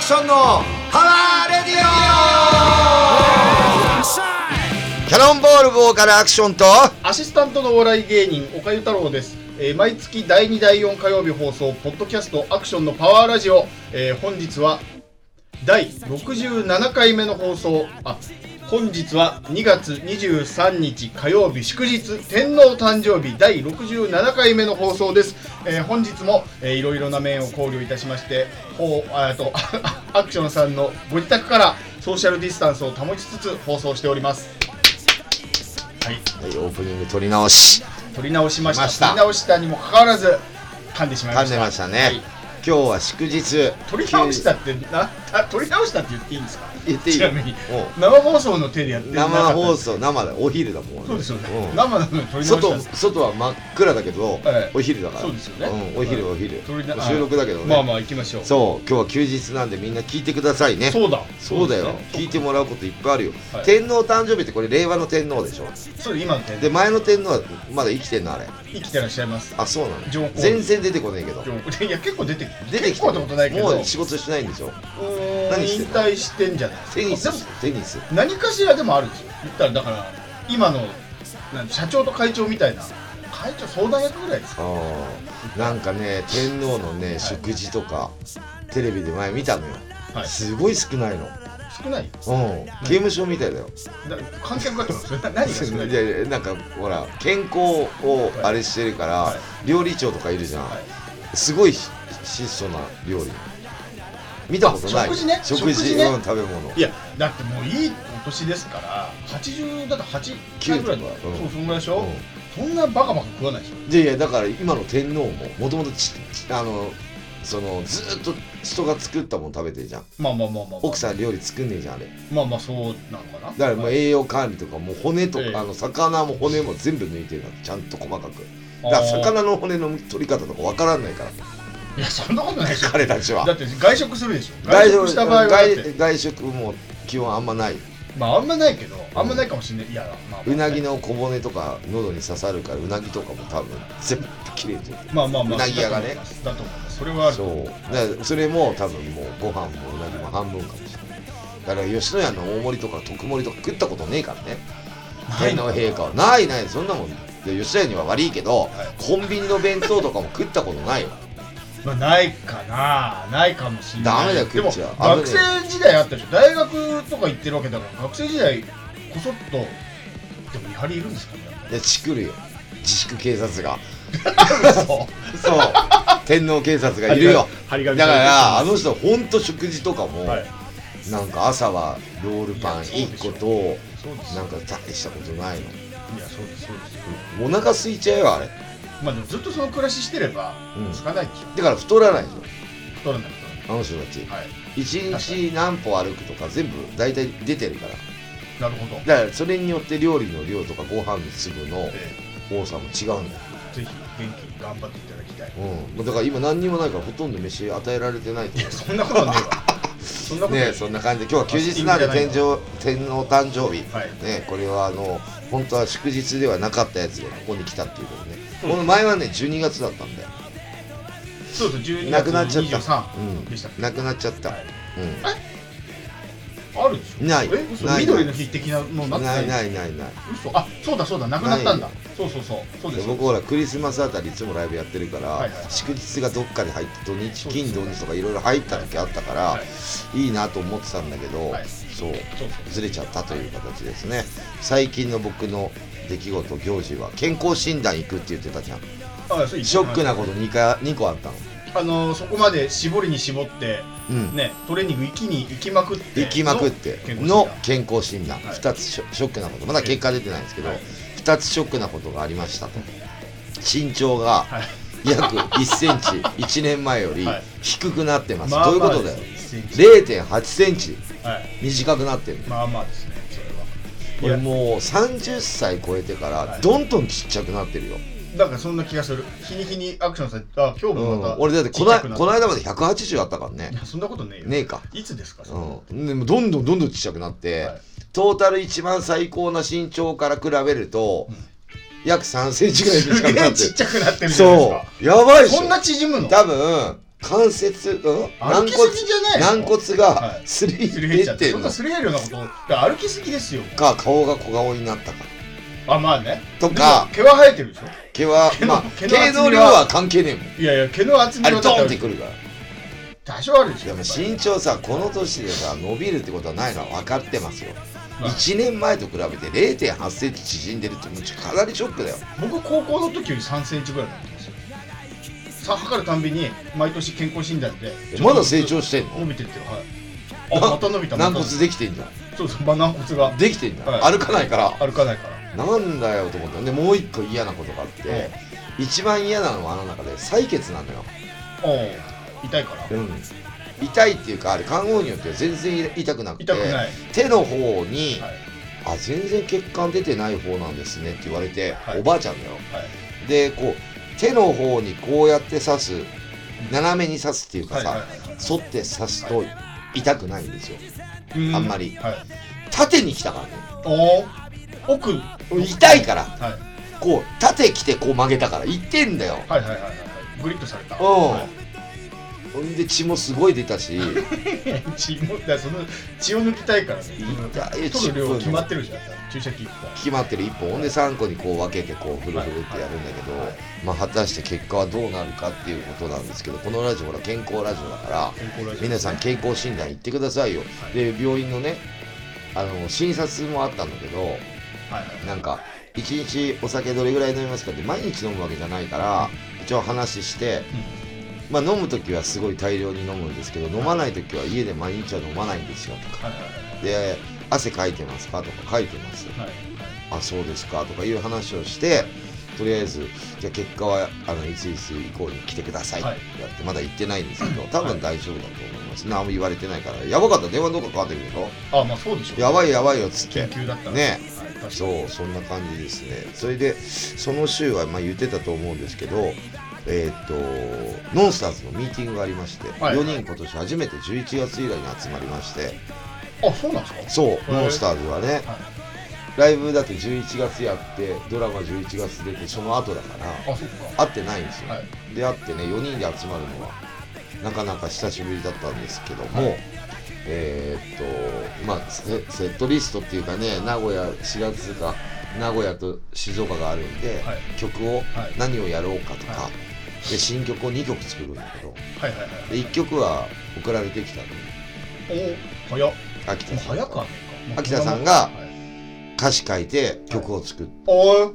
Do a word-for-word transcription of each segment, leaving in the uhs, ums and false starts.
ションのパワーレディオ。キャノンボールボーカルアクションとアシスタントのお笑い芸人岡ゆ太郎です。えー、毎月だいにだいよん火曜日放送ポッドキャストアクションのパワーラジオ、えー、本日はだいろくじゅうななかいめの放送。あ本日はにがつにじゅうさんにち火曜日祝日天皇誕生日だいろくじゅうななかいめの放送です。えー、本日も、えー、いろいろな面を考慮いたしましてほうあとアクションさんのご自宅からソーシャルディスタンスを保ちつつ放送しております。はい、 はい、オープニング撮り直し撮り直しました。 ました撮り直したにもかかわらず噛んでしまいました。 噛んでましたね、 はい、 今日は祝日。 撮り直したってなあ撮り直したって言っていいんですか？ 言っていいちなみに生放送の手でやってなかった。 生放送生だお昼だもん。 そうですよね、 うん、 生なのに撮り直したんです。 外外は真っ暗だけど、はい、お昼だから。 そうですよね、 うん、お昼お昼、 はい、 収録だけどね。 まあまあ行きましょう。 そう今日は休日なんでみんな聞いてくださいね。 そうだそうだよ、ね、聞いてもらうこといっぱいあるよ、はい、天皇誕生日ってこれ令和の天皇でしょ。 そう今の天皇で前の天皇はまだ生きてんのあれ。 生きてらっしゃいます。 あそうなの。全然出てこないけど。 いや結構出て出てきてる。もう仕事してないんでしょ。 何してんの？引退してんじゃない。 テニステニス何かしらでもあるんですよ。言ったらだから今のなん社長と会長みたいな会長相談役ぐらいですか。 あなんかね天皇のね、はい、食事とかテレビで前見たのよ、はい、すごい少ないの。 少ない？うん刑務所みたいだよ。 観客かと思う。何が少ない？ いやいやなんかほら健康をあれしてるから、はい、料理長とかいるじゃん、はい、すごい質素な料理見たことない。 食事ね食事ね、うん、食べ物。 いやだってもういいお年ですからはちじゅうだってはちきゅうぐらいとか、うん、そうそんぐらいでしょ、うん、そんなバカバカ食わないでしょ。 いやいやだから今の天皇ももともとあのそのずっと人が作ったもの食べてるじゃん。 まあまあまあまあ、まあ、 奥さん料理作んねえじゃんあれ。 まあまあそうなのかな。 だからもう栄養管理とかもう骨とか、えー、あの魚も骨も全部抜いてるからちゃんと細かく。だから魚の骨の取り方とかわからんないから。 いやそんなことないでしょ彼たちは。 だって外食するでしょ。外食した場合はだって外外食も基本あんまない。 まああんまないけどあんまないかもしれない、うん、いや、まあまあ、 うなぎの小骨とか喉に刺さるからうなぎとかも多分全部きれいに取ってる。 まあまあまあうなぎ屋がねだと思います。それはある。 そうだからそれも多分もうご飯もうなぎも半分かもしれない。だから吉野家の大盛りとか特盛りとか食ったことねえからね。天皇陛下はないないそんなもん。吉野家には悪いけど、はい、コンビニの弁当とかも食ったことないよ。 まあないかなないかもしれない。 ダメだよ食っちゃう。 でも学生時代あったでしょ。大学とか行ってるわけだから学生時代こそっとでも見張りいるんですかね。 いやチクるよ自粛警察がそうそう天皇警察がいるよ。だからあの人ほんと食事とかも、はい、なんか朝はロールパンいっことなんか大したことないの。 いやそうですそうです。 お腹空いちゃうよあれ。 まあでもずっとその暮らししてればつかないでしょ、 うん、だから太らないでしょ。 太らない太らないあの人たち、 はい、 いちにち何歩歩くとか全部大体出てるから。 なるほど。 だからそれによって料理の量とかご飯の粒の多さも違うんだよ。 ぜひ元気に頑張っていただきたい。 うん、だから今何にもないからほとんど飯与えられてないと。 いやそんなことねえわそんなことねえそんな感じで今日は休日なんで天上天皇誕生日、はい、ねこれはあの本当は祝日ではなかったやつがここに来たっていうことね。この前はねじゅうにがつだったんだよ。 そうそうじゅうにがつにじゅうさんでしたっけ。なくなっちゃった、はい、うん、 あるでしょ。 ない。 え嘘ない緑の日的なのなってない。 ないないない。 嘘。あそうだそうだなくなったんだ。そうそうそうそうです。 僕ほらクリスマスあたりいつもライブやってるから、はいはい、祝日がどっかに入って土日金土日とかいろいろ入った時あったから、はい、いいなと思ってたんだけど、はい、そうずれちゃったという形ですね。最近の僕の出来事行事は健康診断行くって言ってたじゃん。あショックなこと 2, かにこあったの。 あのー、そこまで絞りに絞って、うんね、トレーニング行きに行きまくって行きまくっての健康診断、はい、ふたつショックなことまだ結果出てないんですけど、はい、ふたつショックなことがありましたと。身長が約いっセンチいちねんまえより低くなってます、はい、どういうことだよ。 れいてんはちセンチ短くなってる。 まあまあですねそれは。これもうさんじゅっさい超えてからどんどんちっちゃくなってるよ。 だからそんな気がする。日に日にアクションされて、あ今日もまた、 うん、俺だってこのこの間までひゃくはちじゅうあったからね。 いやそんなことねえよ。 ねえか。 いつですかその、うん、でもどんどんどんどんちっちゃくなって、はい、トータル一番最高な身長から比べると、うん、約さんセンチぐらい短くなってる。 すげえちっちゃくなってるじゃないですか。 そうやばいでしょ。 そんな縮むの。 多分関節、うん、 歩きすぎじゃない軟骨がすり減ってるの、 そんなすり減るようなこと歩きすぎですよ。 か顔が小顔になったかあ、まあね。 とか毛は生えてるでしょ。 毛はまあ毛の量は関係ねえもん。 いやいや毛の厚みはあれドーンってくるから多少あるでしょ。 でも身長さこの年でさ伸びるってことはないのは分かってますよ、まあ、いちねんまえと比べて れいてんはちセンチ縮んでるってもうかなりショックだよ。 僕高校の時よりさんセンチぐらいになってますよ。さ測るたんびに毎年健康診断でまだ成長してんの？ 伸びてってる。はい。あ、また伸びた。 軟骨できてんじゃん。 そうそう、まあ、軟骨ができてんじゃん、はい、歩かないから歩かないからなんだよと思った。でもう一個嫌なことがあって、うん、一番嫌なのはあの中で採血なのよ。 お痛いから。 うん痛いっていうかあれ看護によっては全然痛くなくて痛くない手の方に、 はい、 あ全然血管出てない方なんですねって言われて、はい、おばあちゃんだよ、はい、でこう手の方にこうやって刺す斜めに刺すっていうかさ、はいはいはいはい、沿って刺すと痛くないんですよ、はい、あんまり、はい、縦に来たからね。 お奥痛いから、 はい、 こう縦来てこう曲げたから痛ってんだよ。 はいはいはいはいグリッとされた。 うん、 はいほんで血もすごい出たし血もだその血を抜きたいからね。取る量決まってるじゃん。注射器いっぽん決まってるいっぽんほんでさんこにこう分けてこうフルフルってやるんだけど、はいはい、まあ果たして結果はどうなるかっていうことなんですけど、このラジオは健康ラジオだから皆さん健康診断行ってくださいよ、はい、で病院のねあの診察もあったんだけど、はいはい、なんかいちにちお酒どれぐらい飲みますかって毎日飲むわけじゃないから、うん、一応話して、うんまあ、飲むときはすごい大量に飲むんですけど、飲まないときは家で毎日は飲まないんですよとか、で汗かいてますかとかかいてます、はい、あそうですかとかいう話をして、とりあえずじゃあ結果はあのいついつ以降に来てくださいって言われて、まだ言ってないんですけど多分大丈夫だと思います。何も言われてないからやばかったら電話どっかかかってくるよ。 あまあそうでしょう、ね、 やばいやばいよっつって緊急だったね、はい、そうそんな感じですね。それでその週はまあ言ってたと思うんですけど、えー、っとノンスターズのミーティングがありまして、はい、よにん今年初めてじゅういちがつ以来に集まりまして。 あそうなんですか。 そうノンスターズはね、はい、ライブだってじゅういちがつやってドラマじゅういちがつ出てその後だからあそっか会ってないんですよ、はい、で会ってねよにんで集まるのはなかなか久しぶりだったんですけども、はい、えー、っとまあセットリストっていうかね名古屋しがつか名古屋と静岡があるんで、はい、曲を何をやろうかとか、はい、で新曲をにきょく作るんだけど、はいはいはい、でいっきょくは送られてきたの。 お早っ。 秋田さん早か秋田さんが歌詞書いて曲を作って、 はい、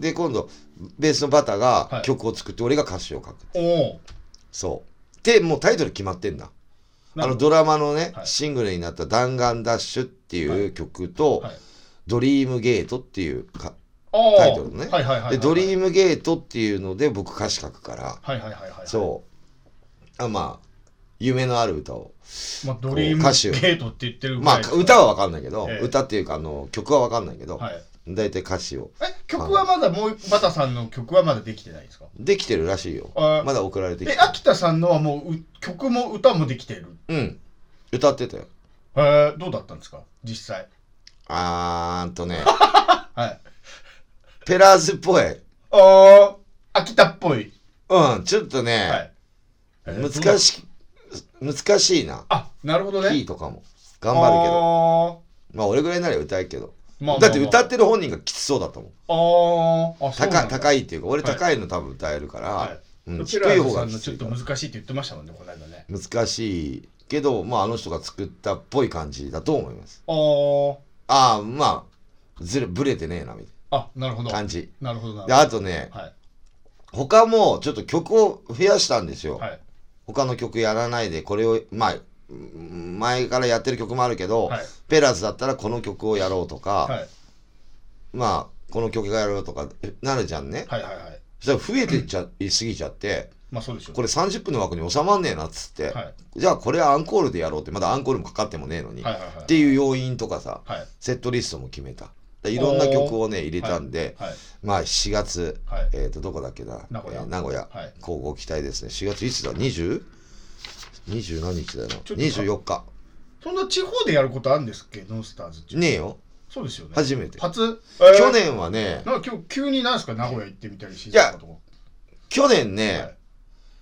で今度ベースのバタが曲を作って、はい、俺が歌詞を書く。 おそうでもうタイトル決まってんだ。あのドラマのね、はい、シングルになった弾丸ダッシュっていう曲と、はいはい、ドリームゲートっていうかタイトルのね、はいはいはいはい、でドリームゲートっていうので僕歌詞書くから、 はいはいはいはい、 そうあまあ夢のある歌を、 まあ、ドリームゲートって言ってるぐらいまあ歌は分かんないけど、ええ、歌っていうかあの曲は分かんないけど、はい、だいたい歌詞をえ曲はまだもうバタさんの曲はまだできてないですか。 できてるらしいよ。まだ送られてきてえ秋田さんのはもう曲も歌もできてる。 うん歌ってたよ。 へえどうだったんですか実際。 あーんとねはいペラーズっぽい。 ああ秋田っぽい。 うんちょっとね、はいえー、難し難しいな。 あなるほどね。 キーとかも頑張るけどまあ俺ぐらいなら歌いけど、まあまあまあ、だって歌ってる本人がきつそうだったもん。 ああ高い高いっていうか俺高いの多分歌えるから、はいうん、低い方がちょっと難しいって言ってましたもんねこの間ね。 難しいけどまああの人が作ったっぽい感じだと思います。 ああまあずれブレてねえなみたいなあなるほど感じ。 なるほどなるほど。 であとね、はい、他もちょっと曲を増やしたんですよ、はい、他の曲やらないでこれをまあ前からやってる曲もあるけど、はい、ペラーズだったらこの曲をやろうとか、はい、まあこの曲がやろうとかなるじゃんね。 はいはいはい。 そしたら増えていっちゃいすぎちゃって、 まあそうでしょう。 これさんじゅっぷんの枠に収まんねえなっつって、はい、じゃあこれはアンコールでやろうってまだアンコールもかかってもねえのに、はいはいはい、っていう要因とかさ、はい、セットリストも決めた。いろんな曲をね入れたんで、はいはい、まあしがつ、はい、えっ、ー、とどこだっけな名古屋、えー、名古屋、はい、交互期待ですね。しがついつだ にじゅう? にじゅう何日だよなにじゅうよっか。 そんな地方でやることあるんですっけノンスターズってねえよ。 そうですよね初めて初、 えー、去年はねなんか今日急になんですか名古屋行ってみたりしいや去年ね、はい、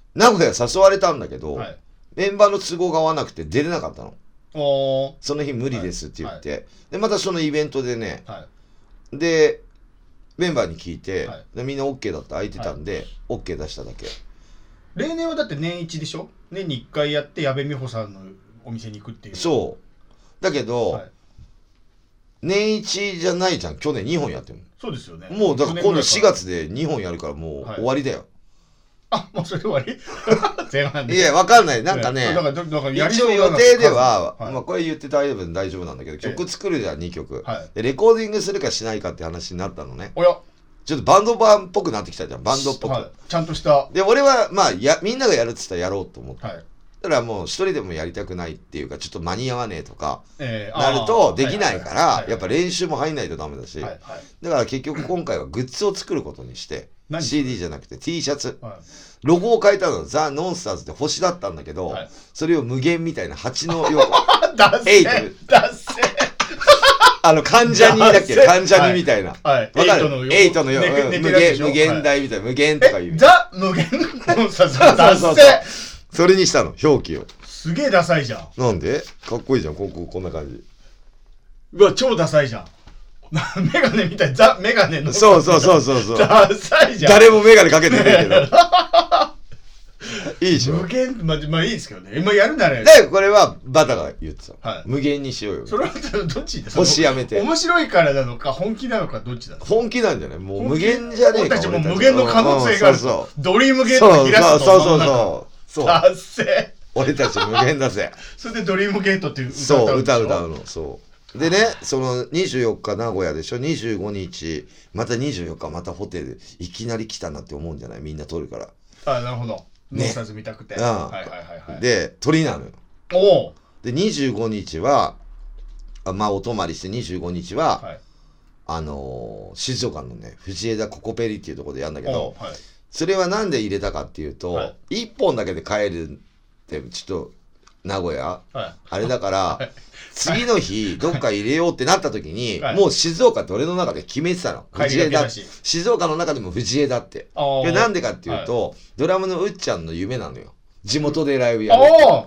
名古屋誘われたんだけど、 はい、 メンバーの都合が合わなくて出れなかったの。 おその日無理ですって言って、 はいはい、 でまたそのイベントでね、 はい、 でメンバーに聞いて、 はい、 でみんな OK だった空いてたんで、はい、OK 出しただけ。 例年はだって年一でしょ。年にいっかいやって矢部美穂さんのお店に行くっていう。 そうだけど、はい、年一じゃないじゃん。去年にほんやってる。 そうですよね。 もうだから今度しがつでにほんやるからもう終わりだよ、 はい、あ、もうそれ終わり前半で。 いや、わかんない。なんかね、 だからだからやり一応予定では、 はい、 まあこれ言って大丈夫大丈夫なんだけど、曲作るじゃん、にきょく、 はい、 でレコーディングするかしないかって話になったのね。 おや、 ちょっとバンド版っぽくなってきたじゃん、バンドっぽく、はい、 ちゃんとした。 で俺はまあやみんながやるっつったらやろうと思って、はい、だからもう一人でもやりたくないっていうか、ちょっと間に合わねえとかなるとできないから、やっぱ練習も入んないとダメだし、はいはい、だから結局今回はグッズを作ることにしてシーディー じゃなくて T シャツ、はい、ロゴを変えたの。ザ・ノンスターズって星だったんだけど、はい、それを無限みたいな蜂の横エイトダッセあの関ジャニだっけ、関ジャニみたいな、 はい、 わかる？エイトの横、無限無限大みたいな、無限とかいうザ・無限ノンスターズダッセそれにしたの、表記を。 すげえダサいじゃん。 なんで？かっこいいじゃん、こここんな感じ。 うわ、超ダサいじゃん。メガネみたい、ザ・メガネの。 そうそうそうそうそう。 ダサいじゃん。 誰もメガネかけてないけど。いいでしょ。 無限、まあ、まあいいですけどね。今やるなら。 で、これはバタが言ってた。はい、無限にしようよ。 それはどっちで？ 星やめて。 面白いからなのか、本気なのか、どっちだ？ 本気なんじゃない？もう無限じゃねえか。 俺たちも無限の可能性がある。そうそう。ドリームゲートが開くと。 そうそうそうそう。 達成。 俺たち無限だぜ。 それでドリームゲートっていう歌う歌う歌うの。そうでね、そのにじゅうよっか名古屋でしょ、にじゅうごにちまたにじゅうよっかまたホテルいきなり来たなって思うんじゃない？みんな撮るから。 あ、なるほど。ノンスターズ見たくて、 うん、はいはいはいはい。で鳥なのよ。 おお。でにじゅうごにちはあまあお泊まりしてにじゅうごにちは、はい、あのー、静岡のね藤枝ココペリっていうところでやるんだけど、はい、それはなんで入れたかっていうと、はい、いっぽんだけで帰るってちょっと名古屋、はい、あれだから、はい、次の日どっか入れようってなった時に、はい、もう静岡って俺の中で決めてたの。藤枝、静岡の中でも藤枝って。でなんでかっていうと、はい、ドラムのうっちゃんの夢なのよ。地元でライブやるって。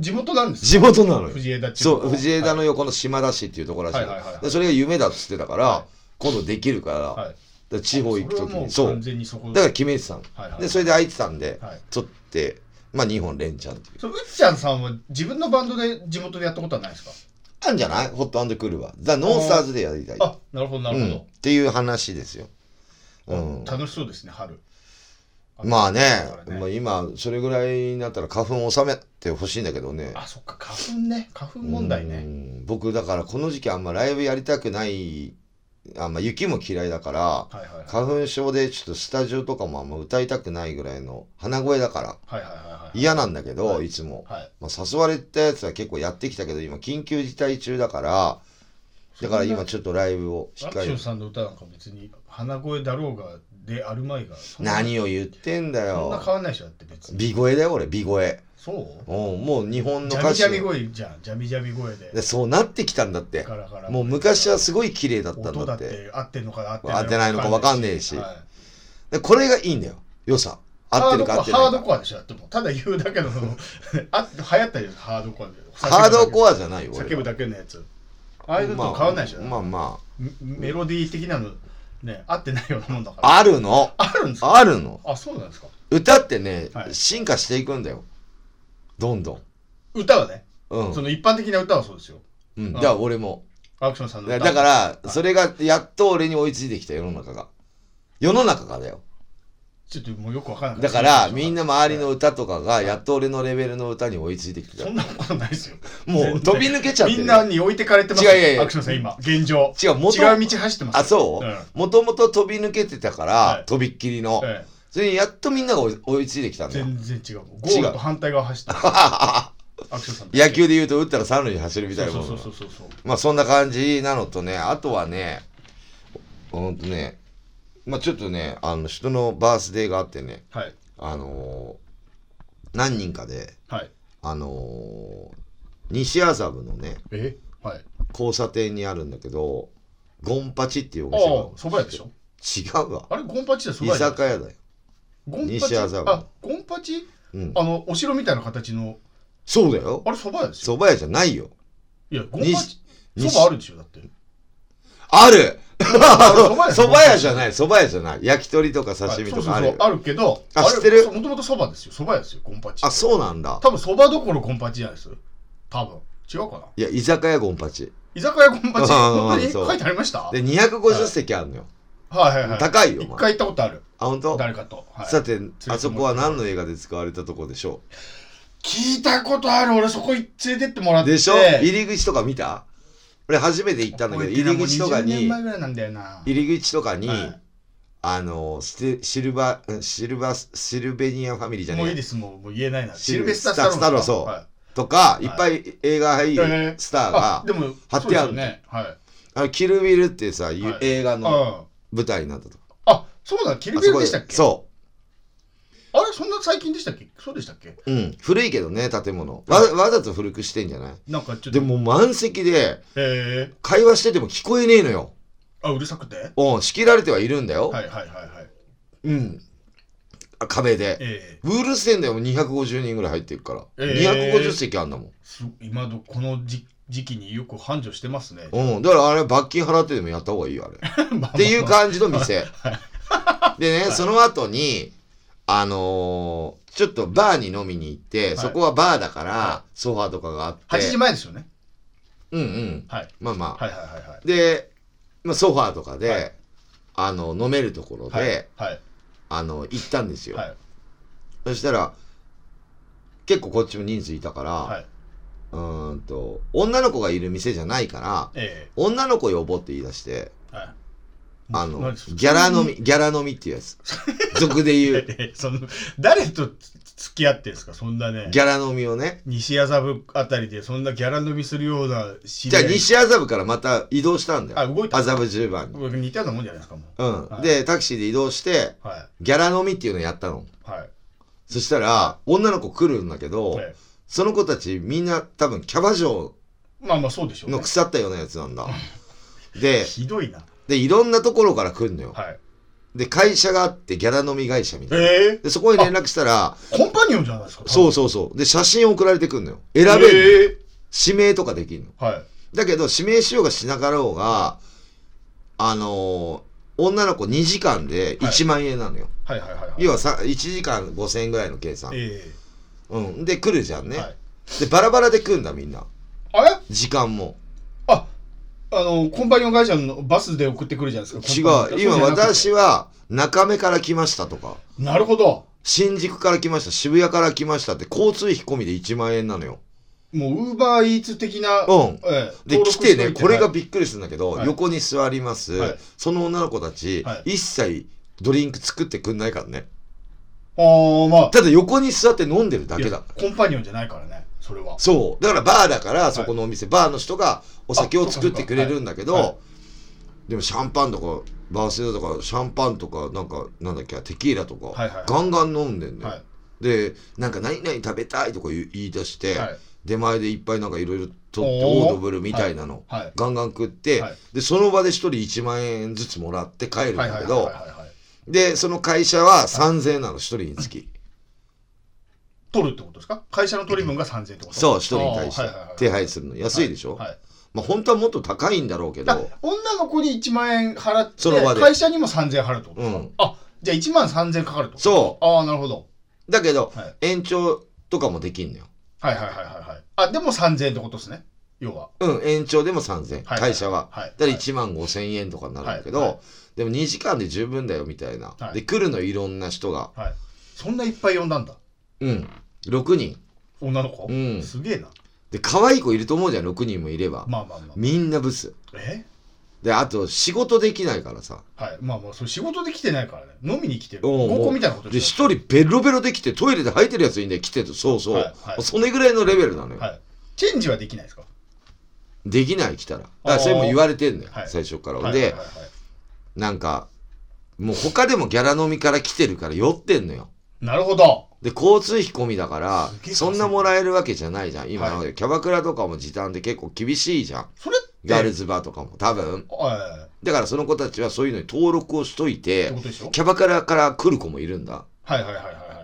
地元なんですか？ 地元なのよ。 藤枝っていう。 そう、藤枝の横の島田市っていうところらしいの。はいはいはいはい、それが夢だっつってたから、はい、今度できるから、はい、から地方行く時に、そう。だから決めてたの。はいはい、で、それで空いてたんで、はい、撮って、まあにほん連チャンっていう。 そう、うっちゃんさんは自分のバンドで地元でやったことはないですか？ あんじゃない？ホット&クールは。ザ・ノンスターズでやりたい。 あ、なるほどなるほど、うん。 っていう話ですよ。 うん、楽しそうですね、春。 まあね、ねまあ、今それぐらいになったら花粉を収めてほしいんだけどね。 あ、そっか、花粉ね、花粉問題ね。 僕だからこの時期あんまライブやりたくない、あんま雪も嫌いだから、はいはいはい、花粉症でちょっとスタジオとかもあんま歌いたくないぐらいの鼻声だから、はいはいはいはい、嫌なんだけど、はい、いつも、はい、まあ、誘われたやつは結構やってきたけど今緊急事態中だからだから今ちょっとライブを控える。アクションさんの歌なんか別に鼻声だろうがであるまいが何を言ってんだよ。 そんな変わんないでしょ。だって別に美声だよ俺、美声。 そうおもう日本の歌手ジャミジャミ声じゃん。ジャミジャミ声 で, でそうなってきたんだって。ガラガラもう昔はすごい綺麗だったんだって。 音だって合ってんのか合ってないのか分かんねえし、はい、でこれがいいんだよ、良さ。合ってるか合ってないか。 ハードコアでしょ。やってもただ言うだけのあ流行ったりハードコアで。 ハードコアじゃないよ。 叫ぶだけのやつ。ああいうのと変わんないでしょ。 まあまあメロディー的なのね、合ってないようなもんだから。 あるの。 あるんですか。 あるの。 あ、そうなんですか。 歌ってね、はい、進化していくんだよ。どんどん。 歌はね。うん。その一般的な歌はそうですよ。 うん。じゃあ俺も。 アクションさんの歌。 だから、はい、それがやっと俺に追いついてきた世の中が。世の中がだよ。 ちょっともうよくわからない。 だからみんな周りの歌とかがやっと俺のレベルの歌に追いついてきた。 そんなことないですよ。 もう飛び抜けちゃって、ね、 みんなに置いてかれてます。 違ういやいやアクションさん今現状。 違うも違う道走ってます。 あ、そう。もともと飛び抜けてたから、はい、飛びっきりの、はい、それにやっとみんなが追いついてきたんだよ。 全然違う。ゴールと反対側走ってます。アクションさん野球で言うと打ったら三塁に走るみたいなもの。 そうそうそうそうそう。 まあそんな感じなのとね、あとはね、ほんとね。まあちょっとね、あの人のバースデーがあってね、はい、あのー、何人かで、はい、あのー、西麻布のね、 え、はい、 交差点にあるんだけど、ゴンパチっていうお店が。 ああ、そば屋でしょ。 違うわ。 あれゴンパチってそば屋。 居酒屋だよ。 ゴンパチ。 西麻布。 あ、ゴンパチ。 うん、 あのお城みたいな形の。 そうだよ。 あれ蕎麦屋ですよ。 蕎麦屋じゃないよ。 いやゴンパチ蕎麦あるでしょだって。 ある蕎麦屋じゃない蕎麦屋じゃない。焼き鳥とか刺身とかある、はい、そうそうそうあるけど、 あ知ってる。 もともと蕎麦ですよ。蕎麦屋ですよゴンパチ。 あそうなんだ。 多分蕎麦どころゴンパチじゃないです。多分違うかな。 いや居酒屋ゴンパチ。 居酒屋ゴンパチ本当に書いてありました。 でにひゃくごじゅっ席あるのよ。 はいはいはい。 高いよ。 一回行ったことある。 あ本当。 誰かと。 はい、さてあそこは何の映画で使われたとこでしょう。 聞いたことある。俺そこ連れてってもらって。 でしょ。入り口とか見た。俺初めて行ったんだけど入り口とかに入り口とかに、はい、あのシルバーシルバーシルベニアファミリーじゃねえ。 もういいですもうもう言えないな。 シルベスタースタローそう、はい、とか、はい、いっぱい映画俳優スターが貼ってあるね。はい。あのキルビルってさ、はい、映画の舞台になったと。 あそうだキルビルでしたっけ。 そう。 あれそんな最近でしたっけ。そうでしたっけ。 うん。古いけどね建物。わわざと古くしてんじゃない。 なんかちょっとでも満席で会話してても聞こえねえのよ。 あうるさくて。 うん仕切られてはいるんだよ。 はいはいはいはい。 うん。壁で、えー、うるせえんだよ。にひゃくごじゅうにんぐらい入ってるから、えー、にひゃくごじゅっ席あんだもん。 今のこの時時期によく繁盛してますね。 うんだからあれ罰金払ってでもやった方がいいよあれっていう感じの店でね、はい、その後にあのー、ちょっとバーに飲みに行って、はい、そこはバーだから、はい、ソファーとかがあってはちじまえですよね。 うんうんはいまあまあ、 はいはいはいはい、 で、まあ、ソファーとかで、はい、あの飲めるところで、はいはい、あの行ったんですよ、はい、そしたら結構こっちも人数いたから、はい、うーんと女の子がいる店じゃないから、ええ、女の子呼ぼうって言い出して、はい、あのギャラ飲みギャラ飲みっていうやつ俗で言うその誰と付き合ってんすかそんなね。 ギャラ飲みをね西麻布あたりでそんなギャラ飲みするような知り合い。じゃあ西麻布からまた移動したんだよ。 あ動いた麻布十番に似たようなもんじゃないですかもう、うんはい、でタクシーで移動して、はい、ギャラ飲みっていうのをやったの、はい、そしたら女の子来るんだけど、はい、その子たちみんな多分キャバ嬢まあまあそうでしょうねの腐ったようなやつなんだでひどいな。 でいろんなところから来るのよ、はい、で会社があってギャラ飲み会社みたいな、えー、でそこに連絡したらコンパニオンじゃないですか。 そうそうそうで写真送られてくるのよ。選べるの、えー、指名とかできるの、はい、だけど指名しようがしなかろうがあのー、女の子にじかんでいちまんえんなのよ。要はさいちじかんごせんえんぐらいの計算、えーうん、で来るじゃんね、はい、でバラバラで来るんだみんな。 あれ時間もああのコンパニオン会社のバスで送ってくるじゃないですか。違う今私は中目から来ましたとか。 なるほど。 新宿から来ました渋谷から来ましたって交通費込みでいちまんえんなのよ。 もうウーバーイーツ的なうん、ええ、で来てねこれがびっくりするんだけど、はい、横に座ります、はい、その女の子たち、はい、一切ドリンク作ってくんないからね。 あー、まあ、 ただ横に座って飲んでるだけだ。 コンパニオンじゃないからねそれは。 そうだからバーだからそこのお店、はい、バーの人がお酒を作ってくれるんだけど、はいはい、でもシャンパンとかバースデーとかシャンパンとかなんかなんだっけテキーラとか、はいはいはい、ガンガン飲んでんだよ、はい、でなんか何々食べたいとか言い出して、はい、出前でいっぱいなんかいろいろ取ってオードブルみたいなの、はいはい、ガンガン食って、はい、でその場でひとりいちまんえんずつもらって帰るんだけどでその会社はさんぜんえんなのひとりにつき取るってことですか。会社の取り分がさんぜんえんってこと。 そうひとりに対して手配するの安いでしょ、はいはい、まあ本当はもっと高いんだろうけど女の子にいちまんえん払ってその場で会社にもさんぜんえん払うってことですか、うん、あじゃあいちまんさんぜんえんかかるってこと。 そうああなるほど。 だけど、はい、延長とかもできんのよ。 はいはいはいはいはいあでもさんぜんえんってことですね要は。 うん延長でもさんぜんえん、はいはい、会社は、はい、だからいちまんごせんえんとかになるんだけど、はいはい、でもにじかんで十分だよみたいな、はい、で来るのいろんな人が、はい、 そんないっぱい呼んだんだ。 うんろくにん女の子、うん、すげえな。 で可愛い子いると思うじゃんろくにんもいれば、 まあまあまあ、 みんなブスえであと仕事できないからさ。 はいまあまあそれ仕事できてないからね飲みに来てる合コンみたいなことで一人ベロベロで来てトイレで吐いてるやついいんだよ来てるそうそう、はいはい、それぐらいのレベルなのよ、はい、 チェンジはできないですか。 できない来たらだからそれも言われてんのよ、はい、最初から、はい、で、はいはいはい、なんかもう他でもギャラ飲みから来てるから酔ってんのよ。 なるほど。 で交通費込みだからそんなもらえるわけじゃないじゃん今、はい、キャバクラとかも時短で結構厳しいじゃん。 それガールズバーとかも多分、はい、だからその子たちはそういうのに登録をしといてキャバクラから来る子もいるんだ。 はいはいはいはいはいはい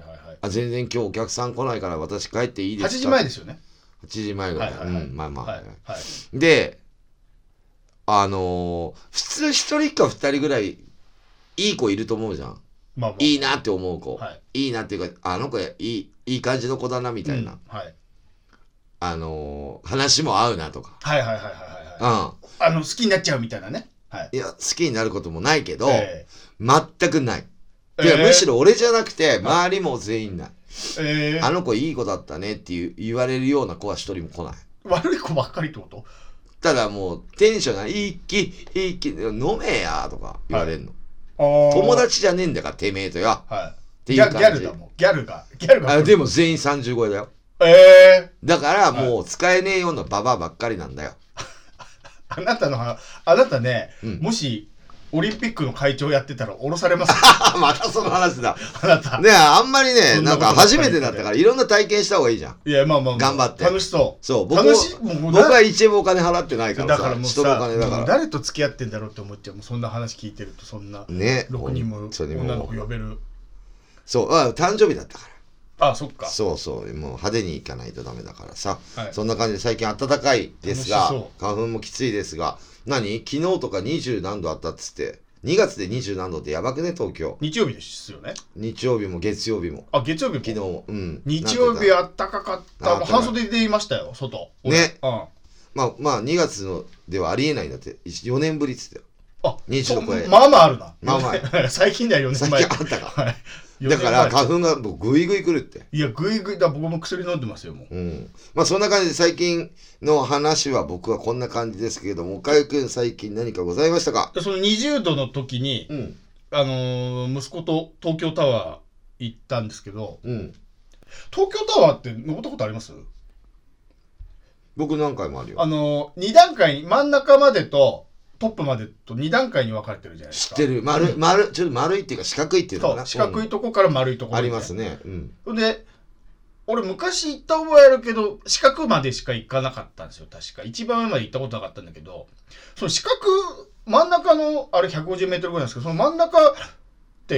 あ全然今日お客さん来ないから私帰っていいですか。 はちじまえですよね。 はちじまえぐらい、 はいはいはい、 うんまあまあ、 はいはい、 であのー、普通一人か二人ぐらいいい子いると思うじゃん、まあまあ、いいなって思う子、はい、いいなっていうかあの子いいいい感じの子だなみたいな、うんはい、あのー、話も合うなとかはいはいはいはいはい、うん、あの好きになっちゃうみたいなね、はい、 いや好きになることもないけど、えー、全くない、えー、いやむしろ俺じゃなくて周りも全員ない、えー、あの子いい子だったねっていう言われるような子は一人も来ない。 悪い子ばっかりってこと？ ただもうテンションがいい気いい気飲めやとか言われるの、はい、友達じゃねえんだからてめえとや、はい、っていう感じ。 ギャルだもんギャルがギャルがあでも全員さんじゅう超えだよ。 えー、 だからもう使えねえようなババアばっかりなんだよ。 あなたのあなたね、うん、もしオリンピックの会長やってたら降ろされますまたその話だ。あなたねあんまりねなんか初めてだったからいろんな体験した方がいいじゃん。 いやまあまあ、まあ、 頑張って楽しそう。 そう僕は僕は一円もお金払ってないからさ。 だからもうさ人のお金だから誰と付き合ってんだろうって思っちゃう。もうそんな話聞いてるとそんなねろくにんも女の子呼べる。 そうあ誕生日だったから。 ああそっか。 そうそうもう派手に行かないとダメだからさ、はい、そんな感じで最近暖かいですが花粉もきついですが何昨日とか二十何度あったっつってにがつで二十何度ってやばくね東京。 日曜日ですよね。 日曜日も月曜日も。 あ月曜日も昨日もうん日曜日あったかかった。半袖で言いましたよ外ね、うん、まあまあにがつのではありえないんだってよねんぶりっつってあにじゅうど超えまあまああるな。 まあまあ最近だよよねんまえ。 最近あったか、はい、だから花粉がグイグイくるって。 いやグイグイだ僕も薬飲んでますよもう、うん、 まあそんな感じで最近の話は僕はこんな感じですけれども、岡井くん最近何かございましたか？ そのにじゅうどの時に、うん、あのー、息子と東京タワー行ったんですけど、うん、東京タワーって登ったことあります？ 僕何回もあるよ。 あのー、に段階に真ん中までとトップまでとに段階に分かれてるじゃないですか。 知ってる。丸、うん、丸、ちょっと丸いっていうか四角いっていうのかな。 そう、四角いとこから丸いところ、 ね、ありますね。 うん。で、俺昔行った覚えあるけど、四角までしか行かなかったんですよ、確か。一番上まで行ったことなかったんだけど、その四角、真ん中の、あれひゃくごじゅうメートルぐらいなんですけど、その真ん中って、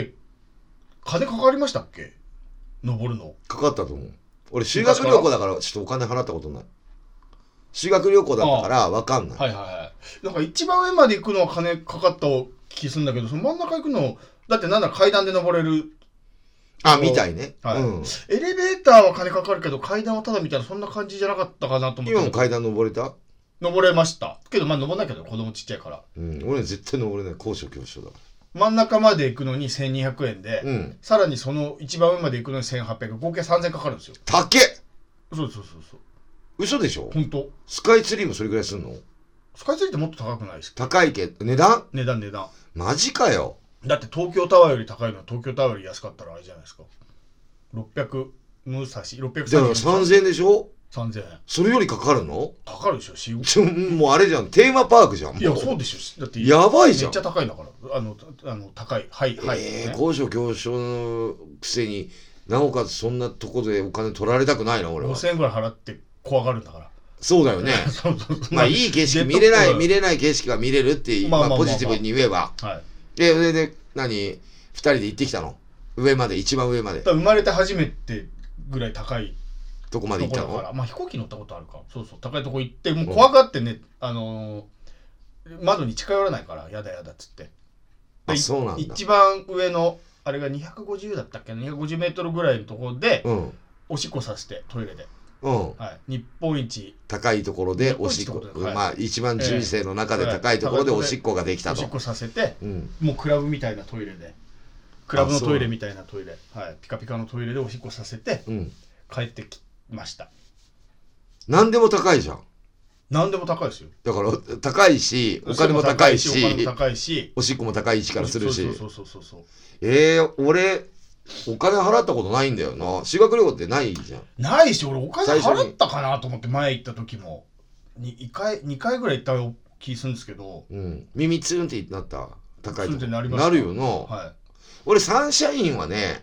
金かかりましたっけ？登るの。 かかったと思う。俺修学旅行だからちょっとお金払ったことない。修学旅行だったから分かんない。 はいはいはい。なんか一番上まで行くのは金かかった気するんだけど、その真ん中行くの、だってなんだ階段で登れる。 あ、みたいね。 はい、うん。エレベーターは金かかるけど、階段はただみたいな、そんな感じじゃなかったかなと思って。 今も階段登れた？ 登れました。けど、まあ登んないけど、子供ちっちゃいから。 うん、俺絶対登れない。高所恐怖症だ。 真ん中まで行くのにせんにひゃくえんで、うん、さらにその一番上まで行くのにせんはっぴゃくえん、合計さんぜんえんかかるんですよ。 高っ！ そうそうそうそう。 嘘でしょ？ 本当。 スカイツリーもそれぐらいすんの？ スカイツリーってもっと高くないですか？ 高いけど、値段？ 値段値段。 マジかよ。 だって東京タワーより高いのは東京タワーより安かったらあれじゃないですか。ろっぴゃく武蔵、ろっぴゃくだからさんぜんえんでしょ？ さんぜんえん。 それよりかかるの？ かかるでしょ、しちょもうあれじゃん、テーマパークじゃん。もういや、そうでしょ。だってやばいじゃん。 めっちゃ高いんだから。あの、あの高い。はい、はい。 えー、ね、高所恐怖症のくせになおかつそんなとこでお金取られたくないな、俺は。 ごせんえんぐらい払って怖がるんだから。 そうだよね。 そうそうそう。 まあいい景色見れない見れない景色が見れるっていう、まあポジティブに言えば。はい。でそれで何ふたりで行ってきたの？上まで一番上まで。 生まれて初めてぐらい高いとこまで行ったの？ だからまあ飛行機乗ったことあるか。そうそう高いとこ行ってもう怖がってね、うん、あのー、窓に近寄らないからやだやだっつって。 あそうなんだ。 一番上のあれがにひゃくごじゅうだったっけ？にひゃくごじゅうメートルぐらいのところで、うん、おしっこさせてトイレで。うんはい、日本一高いところでおしっこ、はい、まあ一番人生の中で高いところでおしっこができたと、 おしっこさせて、うん、もうクラブみたいなトイレでクラブのトイレみたいなトイレ、はい、ピカピカのトイレでおしっこさせて、うん、帰ってきました。 何でも高いじゃん。 何でも高いですよ。 だから高いしお金も高いしお金も高いしおしっこも高い位置からするし、 そうそうそうそうそう。 えー、俺お金払ったことないんだよな。修学旅行ってないじゃん。 ないし、俺お金払ったかなと思って前行った時もにかいにかいぐらい行った気するんですけど、 うん、耳ツーンってなった高いとこなりますなるよな、はい、俺サンシャインはね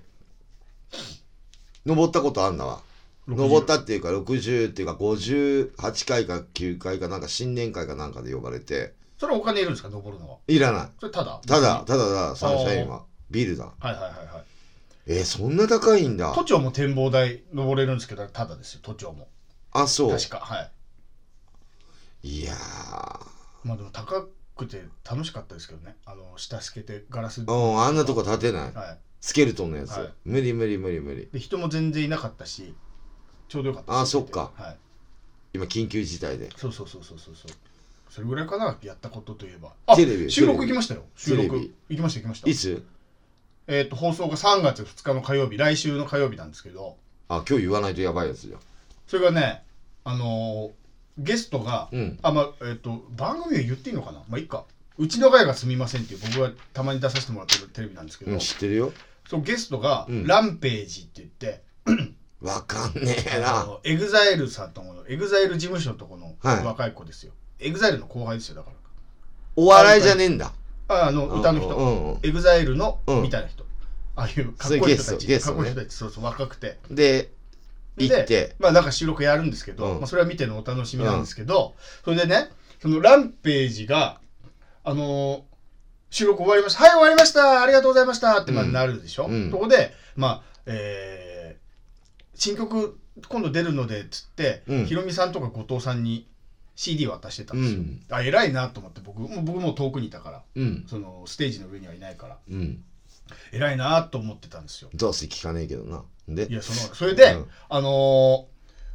登ったことあんだわ。登ったっていうかろくじゅうっていうかごじゅうはちかいかきゅうかいかなんか新年会かなんかで呼ばれて。 それお金いるんですか？登るのは。 いらない。 それただただただだサンシャインはビルだ。 はいはいはいはい。 えー、そんな高いんだ。 都庁も展望台登れるんですけどただですよ都庁も。 あそう確かはい。 いやーまあでも高くて楽しかったですけどね。あの下透けてガラスうんあんなとこ立てない、はい、スケルトンのやつ、はい、無理無理無理無理で人も全然いなかったしちょうどよかったです。 あそっか、 はい、 今緊急事態でそうそうそうそうそうそれぐらいかなやったことといえば。あテレビ収録行きましたよ。収録行きました行きました。 いつえっと放送がさんがつふつかの火曜日来週の火曜日なんですけど。 あ今日言わないとやばいやつじゃん。 それがねあのー、ゲストが、うん、あまあえっ、ー、と番組は言っていいのかなまあいいかうちのガヤがすみませんっていう僕がたまに出させてもらってるテレビなんですけど、 うん、知ってるよ。 そのゲストが、うん、ランページって言ってわかんねえな。 エグザイルさんとこのエグザイル事務所のとこの若い子ですよ、はい、エグザイルの後輩ですよ。だからお笑いじゃねえんだ。 ああの歌の人、うんうん、エグザイルの、うん、みたいな人ああいうかっこいい人たち、ね、かっこいい人たちそうそう若くてで行ってまあなんか収録やるんですけど、うんまあ、それは見てのお楽しみなんですけど、うん、それでねそのランページがあのー、収録終わりましたはい終わりましたありがとうございましたってまあなるでしょ、うん、そこでまあえー、新曲今度出るのでっつって、うん、ヒロミさんとか後藤さんに シーディー 渡してたんですよ、うん、あ偉いなと思って僕も僕も遠くにいたから、うん、そのステージの上にはいないから、うん、偉いなと思ってたんですよ。 どうせ聞かねえけどな。でいやそのそれで、うん、あの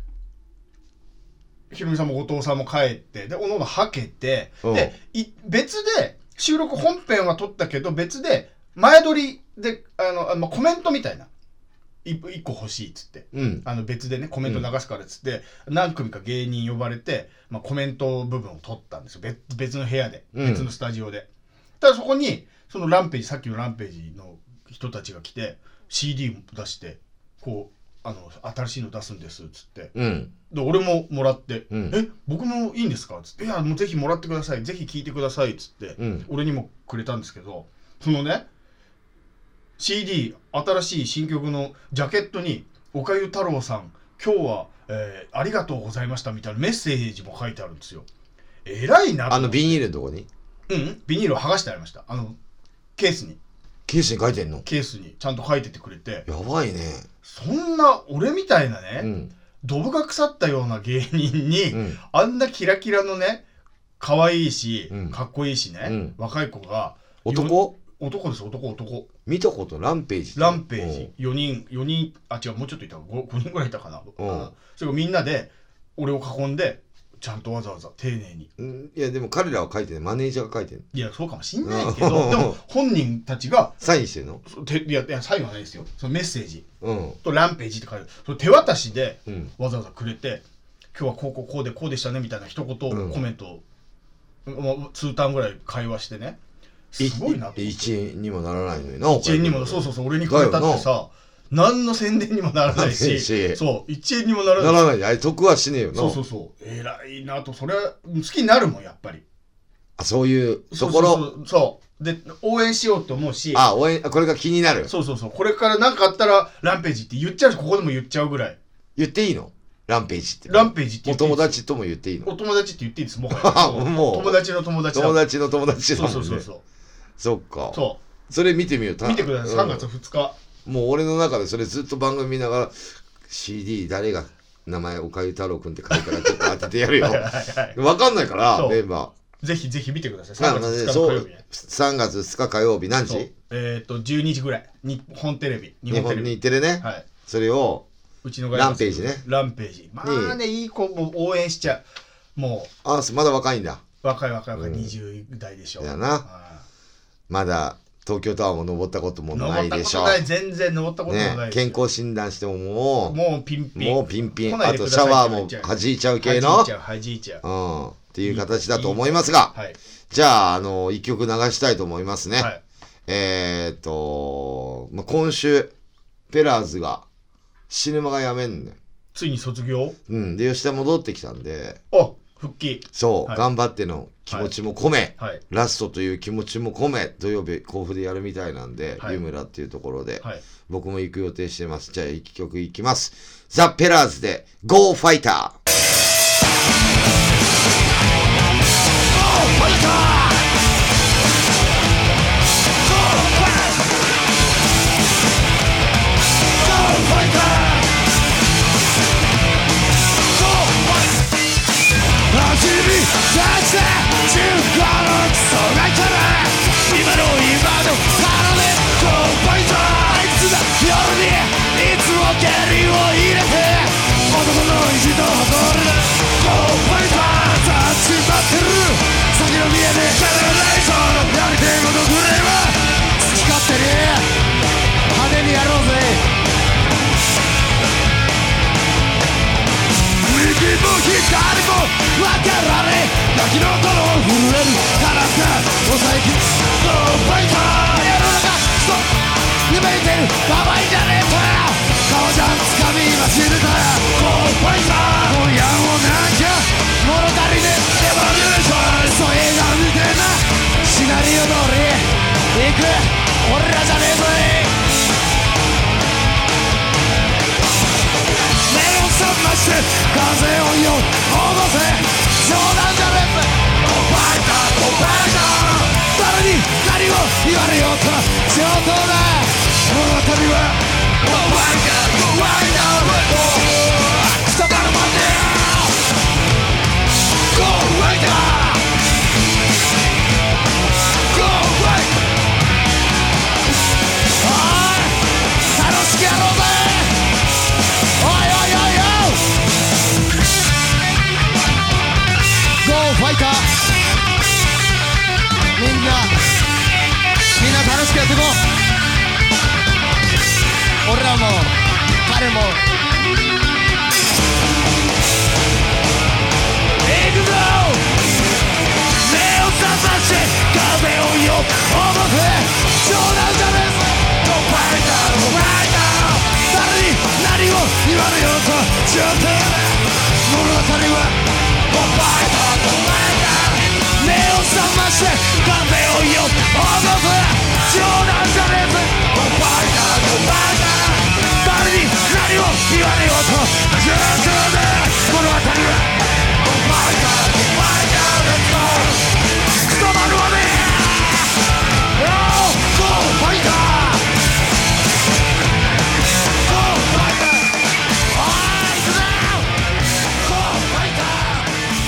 ー、ヒロミさんも後藤さんも帰ってでおのおのはけて、うん、でい別で収録本編は撮ったけど別で前撮りであのあのコメントみたいないっこ欲しいっつって、うん、あの別でねコメント流すからっつって、うん、何組か芸人呼ばれて、まあ、コメント部分を撮ったんですよ 別, 別の部屋で、うん、別のスタジオで。ただそこにそのランページさっきのランページの人たちが来て シーディー 出してこうあの新しいの出すんですっつって、うん、で俺ももらって、うん、え僕もいいんですかっつっていやもうぜひもらってくださいぜひ聞いてくださいっつって、うん、俺にもくれたんですけどそのねシーディー 新しい新曲のジャケットにおかゆ太郎さん今日は、えー、ありがとうございましたみたいなメッセージも書いてあるんですよ。偉いなと。 あのビニールのとこにうんビニールを剥がしてありました。あのケースにケースに書いてんのケースにちゃんと書いててくれてやばいね。 そんな俺みたいなね、うん、ドブが腐ったような芸人に、うん、あんなキラキラのね可愛いし、うん、かっこいいしね、うん、若い子が男男です男男見たことランページランページよにんよにんあ違うもうちょっといた 5, ごにんぐらいいたかな。それがみんなで俺を囲んでちゃんとわざわざ丁寧に、 うん、いやでも彼らは書いてないマネージャーが書いてる。 いやそうかもしんないけどでも本人たちがサインしてるのいやいやサインはないですよ。そのメッセージ、うん、とランページって書いてその手渡しでわざわざくれて、うん、今日はこうこうこうでこうでしたねみたいな一言コメントを、うん、数ターンぐらい会話してねすごいなと。 いちえんにもならないのにな。 いちえんにもそうそうそう俺にくれたってさ何の宣伝にもならないしそういちえんにもならないしならないあれ得はしねえよな。 そうそうそう偉いなとそれは好きになるもんやっぱり。 あそういうところそうそうそうで応援しようと思うしあ応援これが気になる。 そうそうそうこれから何かあったらランページって言っちゃうしここでも言っちゃうぐらい。 言っていいのランページって。 ランページって言っていいお友達とも言っていいの。 お友達って言っていいですもうもう友達の友達友達の友達だもんね。 そうそうそうそうそっかそうそれ見てみよう。 見てください、うん、さんがつふつかもう俺の中でそれずっと番組見ながら シーディー 誰が名前おかゆ太郎くんって書いたらちょっと当ててやるよはい、はい、分かんないからメンバーぜひぜひ見てください。さんがつふつか火曜日、ね、 さんがつふつか火曜日何時えっ、ー、とじゅうにじぐらい日本テレビ日本日テレね、はい、それをうちのランページねランページまあねいい子も応援しちゃうもうあまだ若いんだ若い若い若い、うん、にじゅう代でしょだなまだ東京タワーも登ったこともないでしょ。 登ったことない全然登ったこともない、ね、 健康診断してももうもうピンピンもうピンピンあとシャワーも弾いちゃう系の弾いちゃう弾いちゃう、 うん、っていう形だと思いますが、はい、じゃああの一曲流したいと思いますね、はい、えー、っと、まあ、今週ペラーズがシネマがやめんねんついに卒業うんで吉田戻ってきたんであ復帰そう、はい、頑張っての気持ちも込め、はい、ラストという気持ちも込め土曜日甲府でやるみたいなんで、はい、湯村っていうところで、はい、僕も行く予定してます。じゃあいっきょくいきます。ザ・ペラーズで Go Fighter。 Go 誰もわからねえガキの頃震えるからさ抑えきるゴーファイター世の中ストップ夢見てるババイじゃねえか顔じゃんつかみ走るだゴーファイター今夜もなんか物足りねえレボリューションそう映画みてえなシナリオ通り行く俺らじゃねえぞい目を覚まして風をよ落とせ冗談じゃねえぜゴーファイターゴーファイター誰に何を言われようと上等だ物語はゴーファイターゴーファイター下から待てゴーファイターゴーファイターおい楽しくやろうぜおいおいおいおいゴーファイターみんなみんな楽しくやっていこう俺らも彼も行くぞ目を覚まして風をよ思って冗談じゃねえぞゴーファイターゴーファイター誰に何を言われようと上等な物語はゴーファイターゴーファイター目を覚まして風をよ思って冗談じゃねえぞゴーファイターゴーファイター誰に何を言われようと上等な物語はゴーファイターゴーファイターレッツゴーくそまるわねゴーファイターゴーファイターおい行くぞゴーファイター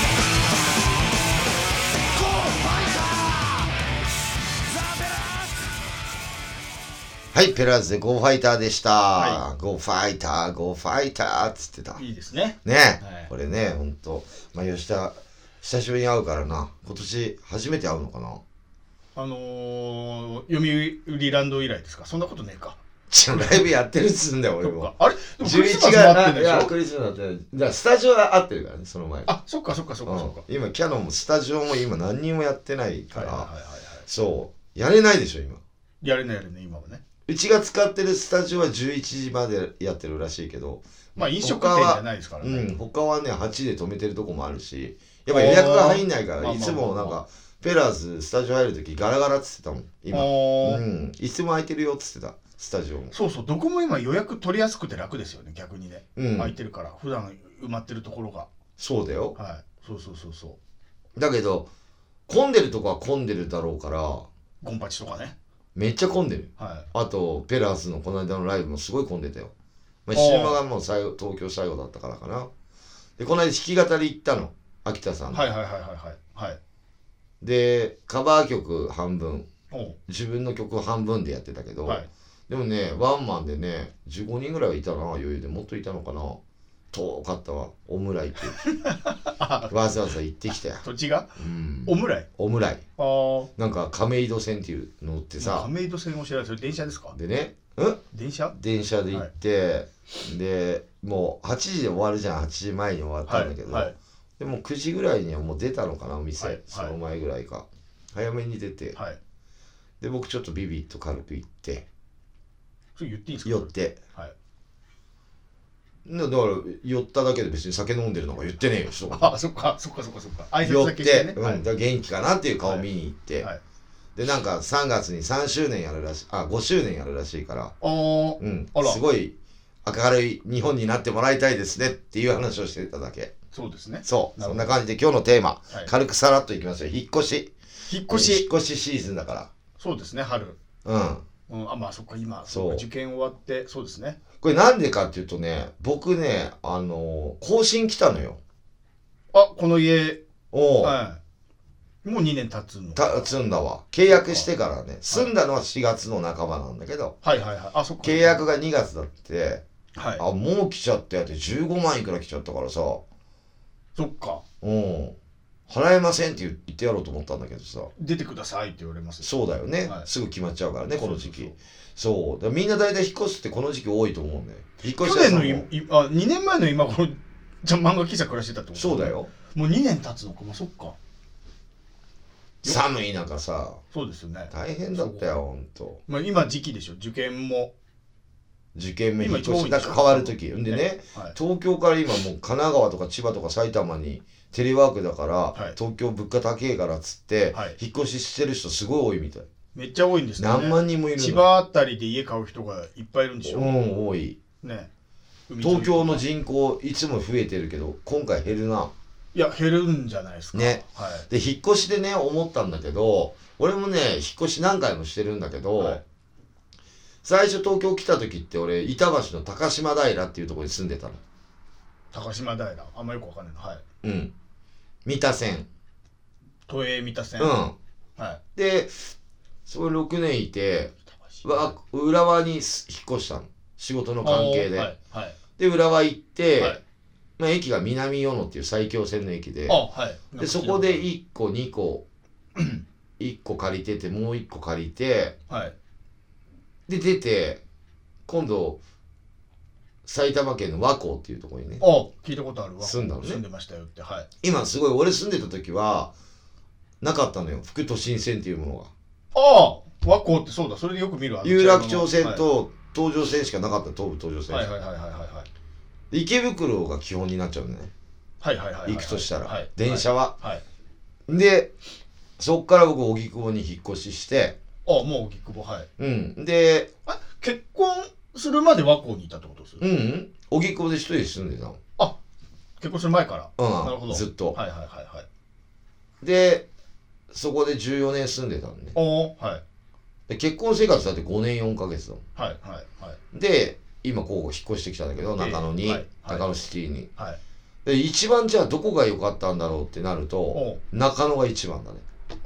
ゴーファイターザ・ペラーズはい、ペラーズでゴーファイターでした、 はゴーファイターゴーファイターっつってたいいですねね、 はいこれねほんと、まあ、吉田久しぶりに会うからな今年初めて会うのかなあのー、読売ランド以来ですかそんなことねえかちょライブやってるっつうんだよ俺もそっかあれでもクじゅういちリスマスもあってがるでしょいやクリスマスだってだからスタジオは合ってるからねその前にあそっかそっかそっかそっかうん、今キャノンもスタジオも今何人もやってないから、 はいはいはいはいそうやれないでしょ今やれないやれない今はねうちが使ってるスタジオはじゅういちじまでやってるらしいけどまあ飲食店じゃないですからねうん他はねはちで止めてるとこもあるしやっぱ予約が入んないかあーらいつもなんかペラーズスタジオ入るときガラガラっつってたもん今あーうんいつも空いてるよっつってたスタジオもそうそうどこも今予約取りやすくて楽ですよね逆にね、 うん空いてるから普段埋まってるところがそうだよはいそうそうそうそうだけど混んでるとこは混んでるだろうからゴンパチとかねめっちゃ混んでるはいあとペラーズのこの間のライブもすごい混んでたよ、まあ、 あーシネマがもう最後東京最後だったからかなでこの間弾き語り行ったの秋田さんの、 はいはいはいはいはいはいでカバー曲半分おう自分の曲半分でやってたけど、 はいでもねワンマンでねじゅうごにんぐらいはいたな余裕でもっといたのかな遠かったわオムライってわざわざ行ってきたよ、 土地がうん、 オムライオムライああなんか亀戸線っていうのってさ亀戸線を知らないそれ電車ですかでねうん電車電車で行って、でもうはちじで終わるじゃんはちじまえに終わったんだけど、 はいはいでもくじぐらいにはもう出たのかなお店、 はいはいその前ぐらいか早めに出て、 はいで僕ちょっとビビッと軽く行ってそれ言っていいんですか寄ってはいだから寄っただけで別に酒飲んでるのか言ってねえよ一言あそっかそっかそっかそっか挨拶寄ってだけしてね、 うんはいだから元気かなっていう顔見に行って、 はいでなんかさんがつにさんしゅうねんやるらしいあごしゅうねんやるらしいからあーうんあらすごい明るい日本になってもらいたいですねっていう話をしてただけそうですねそうなるほどそんな感じで今日のテーマ、 はい軽くさらっといきますよ引っ越し引っ越し引っ越しシーズンだかそうですね春らうんうんあまあそっか今そう受験終わってそうですねこれなんでかっていうとね僕ねあのー更新来たのよあこの家おお、 はいもうにねん経つのた積んだわ契約してからね住んだのはしがつの半ばなんだけど、 はいはいはいあそっか契約がにがつだってはいあもう来ちゃったやってじゅうごまんいくら来ちゃったからさそっかうん払えませんって言ってやろうと思ったんだけどさ出てくださいって言われますそうだよね、 はいすぐ決まっちゃうからねこの時期そうそうだからみんな大体引っ越すってこの時期多いと思うんだよ引っ越し去年の屋さんもいいあにねんまえの今頃じゃあ漫画喫茶暮らしてたってこと？ そうだよ。 もうにねん経つのか。まあそっか。 寒い中さ、 そうですよね。 大変だったよほんと。 まあ今時期でしょ、受験も。 受験目引っ越しなんか変わる時でね、ね、はい、東京から今もう神奈川とか千葉とか埼玉にテレワークだから、はい、東京物価高えからっつって、はい、引っ越ししてる人すごい多いみたい。 めっちゃ多いんですね。 何万人もいるの。 千葉あたりで家買う人がいっぱいいるんでしょ。 うん多いね。 東京の人口いつも増えてるけど今回減るな。 いや減るんじゃないですかね、 はい、 で引っ越しでね思ったんだけど、俺もね引っ越し何回もしてるんだけど、はい、最初東京来た時って俺板橋の高島平っていうところに住んでたの。 高島平あんまよくわかんないの。はい。 うん三田線都営三田線。 うんはい。 でそれろくねんいてわ浦和に引っ越したの仕事の関係で、はいはい、で浦和行って、はい、まあ、駅が南与野っていう埼京線の駅で、はい、でそこでいっこにこいっこ借りててもういっこ借りて、はい、で出て今度埼玉県の和光っていうところにね、 あ聞いたことあるわ、 住んだのね。 住んでましたよって、はい、 今すごい俺住んでた時はなかったのよ副都心線っていうものが。 ああ和光ってそうだ、それでよく見るわ。 有楽町線と東上線しかなかった、東武東上線。 はいはいはいはいはいはい。 池袋が基本になっちゃうね。 はいはいはい、はい、 行くとしたら、 はい、 電車は、 はい、 でそっから僕荻窪に引っ越しして。 ああもう荻窪。はい。 うんであ結婚するまで和光にいたってことです？ うんうん荻窪で一人で住んでたの。 あ結婚する前から。 うん、 なるほど。 ずっと。 はいはいはいはい。 でそこでじゅうよねん住んでたのね。 おはい。 で結婚生活だってごねんよんかげつだもん。 はいはいはい。 で今こう引っ越してきたんだけど、中野に、はいはい、中野シティに、 はい、 で一番じゃあどこが良かったんだろうってなると中野が一番だね。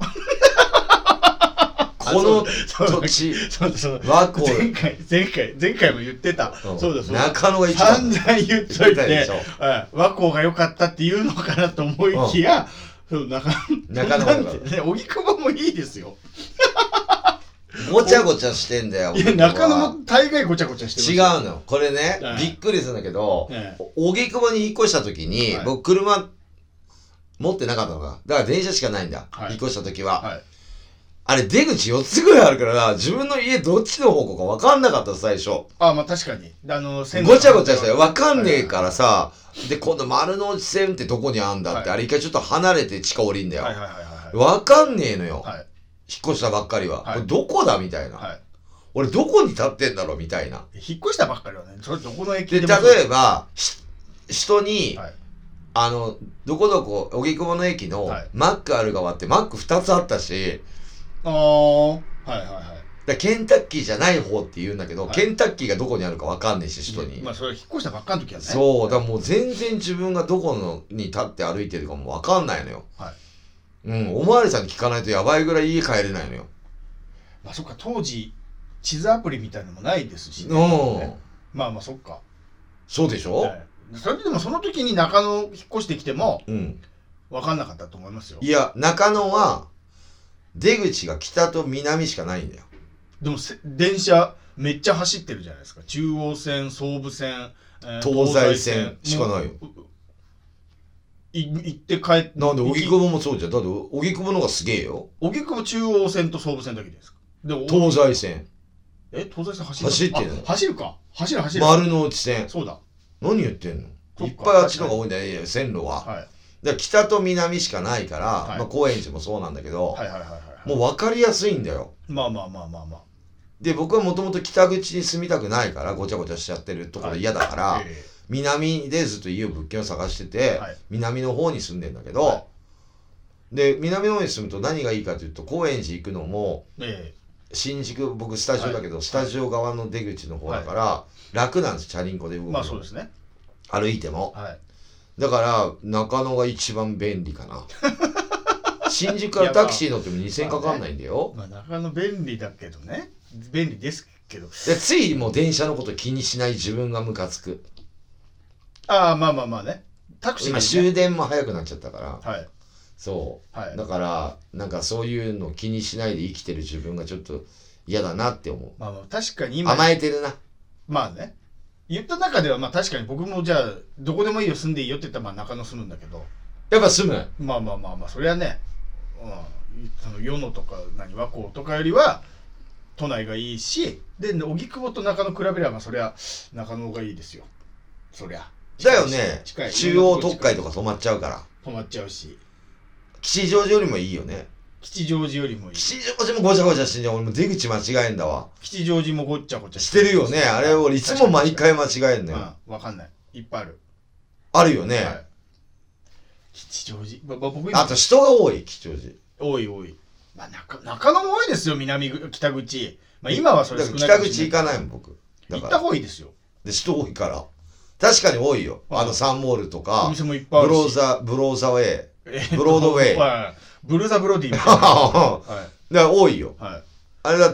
この土地和光前回前回前回も言ってた、うん、そうだそうだ中野が一番散々言っといて和光が良かったって言うのかなと思いきや、うん、中野が荻窪もいいですよ。 ごちゃごちゃしてんだよ。 いや中野も大概ごちゃごちゃしてます。違うのこれね、はい、びっくりするんだけど荻窪、はい、に引っ越した時に、はい、僕車持ってなかったのか、だから電車しかないんだ、はい、引っ越した時は、はい、あれ出口よっつぐらいあるからな、自分の家どっちの方向か分かんなかった最初。 あまあ確かにあのごちゃごちゃしたよ、分かんねえからさ、はい、で今度丸の内線ってどこにあんだって、はい、あれ一回ちょっと離れて地下降りんだよ、はいはいはいはい、分かんねえのよ、はい、引っ越したばっかりは、はい、これどこだみたいな、はい、俺どこに立ってんだろうみたいな。 引っ越したばっかりはね、それどこの駅でも。で例えば人に、はい、あのどこどこ荻窪の駅のマックある側ってマックふたつあったし、 ああはいはいはい。 だケンタッキーじゃない方って言うんだけど、はい、ケンタッキーがどこにあるか分かんねえし人に。 まあそれ引っ越したばっかの時はね。 そうだからもう全然自分がどこのに立って歩いてるかも分かんないのよ。はい。うん、おまわりさんに聞かないとやばいぐらい家帰れないのよ。 まあそっか、当時地図アプリみたいなのもないですしね。うん。まあまあそっか。 そうでしょ。はい、 それでもその時に中野引っ越してきても、うん、分かんなかったと思いますよ。 いや中野は出口が北と南しかないんだよ。 でも電車めっちゃ走ってるじゃないですか。中央線、総武線、 えー、東西線しかないよ。 い行って帰って。 なんで荻窪もそうじゃん。だって荻窪の方がすげえよ。 荻窪中央線と総武線だけですか。 で東西線。 え東西線走る。 走ってるの。 走るか。走る走る。 丸の内線。 そうだ。 何言ってんの。いっぱいあっちの方が多いんだよ線路は。はい。だから北と南しかないから、はい、まあ高円寺もそうなんだけど、はいはいはいはい、もう分かりやすいんだよ。 まあまあまあまあまあ。 で僕はもともと北口に住みたくないからごちゃごちゃしちゃってるところ嫌だから、はいえー、南でずっと家を物件を探してて、はい、南の方に住んでんだけど、はい、で南の方に住むと何がいいかというと高円寺行くのも、えー、新宿僕スタジオだけど、はい、スタジオ側の出口の方だから、はい、楽なんですチャリンコで動くの、 まあそうですね、 歩いても、はい、だから中野が一番便利かな。新宿からタクシー乗ってもにせんえんかかんないんだよ。 まあ、まあ、中野便利だけどね、便利ですけど、でついもう電車のこと気にしない自分がムカつく。 ああまあまあまあね、タクシー、ね、 今終電も早くなっちゃったから、 はい、 そう、 はい、 だからなんかそういうの気にしないで生きてる自分がちょっと嫌だなって思う。 まあまあ確かに今甘えてるな。 まあね、 言った中ではまあ確かに僕もじゃあどこでもいいよ住んでいいよって言ったらまあ中野住むんだけど、 やっぱ住む。 まあまあまあまあそれはね、うん、その与野とか何和光とかよりは都内がいいし、で荻窪と中野比べればまあそりゃ中野がいいですよ。そりゃだよね。 近い中央特快とか止まっちゃうから。 止まっちゃうし、 吉祥寺よりもいいよね。 吉祥寺よりもいい。 吉祥寺もごちゃごちゃしてんじゃん。俺も出口間違えんだわ。 吉祥寺もごっちゃごちゃしてるよね。あれ俺いつも毎回間違えんのよ。 うん、わかんない。いっぱいある。 あるよね。 はい、吉祥寺、まあ、僕今あと人が多い、吉祥寺。 多い多い。まあ、中, 中野も多いですよ、南北口。まあ、今はそれ少ない北口行かないもん、僕。 だから行った方がいいですよ。 で、人多いから。確かに多いよ。あのサンモールとか、 お店もいっぱいあるし、 ブローザ、ブローザウェイ、ブロードウェイ。 ブルーザブロディみたいな。はい、 だから多いよ。 はい、 あれだって、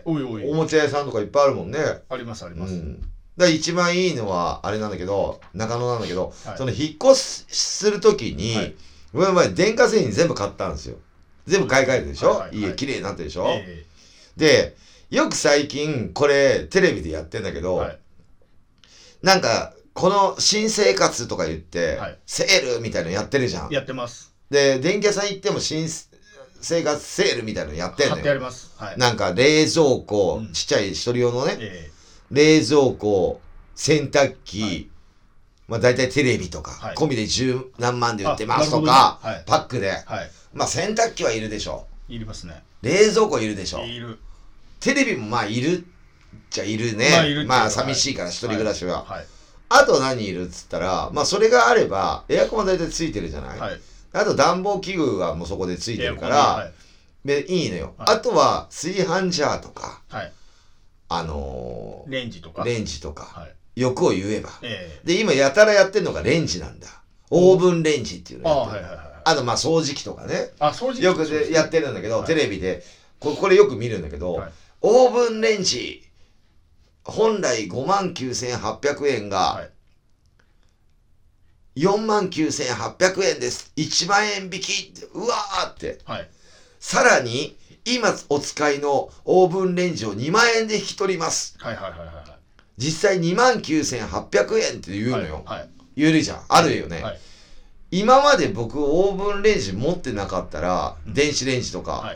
おいおいおもちゃ屋さんとかいっぱいあるもんね。 ありますあります。うん、 だから一番いいのは、あれなんだけど、中野なんだけど、 はい、 その引っ越しするときに、はい、僕前電化製品全部買ったんですよ。全部買い替えるでしょ、はいはいはい、家綺麗になってるでしょ、えー、で、よく最近これテレビでやってんだけど、はい、なんかこの新生活とか言って、はい、セールみたいなのやってるじゃん。 やってます。で、 電気屋さん行っても新生活セールみたいなのやってんのよ。 買ってやります。はい、 なんか冷蔵庫、うん、ちっちゃい一人用のね、えー、冷蔵庫、洗濯機、はい、まあ大体テレビとか、はい、込みで十何万で売ってますとか、ね、はい、パックで、はい、まあ洗濯機はいるでしょ。 いりますね。 冷蔵庫いるでしょ。 いる。 テレビもまあいるじゃいるね。 まあいる。 まあ寂しいから、一人暮らしは。 はいはい、 あと何いるっつったら、まあそれがあれば、エアコンは大体ついてるじゃない、はい、あと暖房器具はもうそこでついてるから、はい、でいいのよ、はい。あとは炊飯ジャーとか、はい、あのー、 レンジとか。 レンジとか。 はい、 欲を言えば、 えー。 で、今やたらやってるのがレンジなんだ。オーブンレンジっていうのやってる。 あ、はいはいはい。 あとまあ掃除機とかね。 あ、掃除機よくでやってるんだけど、はい、テレビでこ、これよく見るんだけど、はい、オーブンレンジ、本来ごまんきゅうせんはっぴゃくえんが、よんまんきゅうせんはっぴゃくえんです。いちまんえん引きって、うわーって。 はい、 さらに、今お使いのオーブンレンジをにまんえんで引き取ります。 はいはいはいはい。 実際にまんきゅうせんはっぴゃくえんって言うのよ。 はいはい、 言えるじゃん。あるよね。 はい、 今まで僕オーブンレンジ持ってなかったら、うん、電子レンジとか、はい、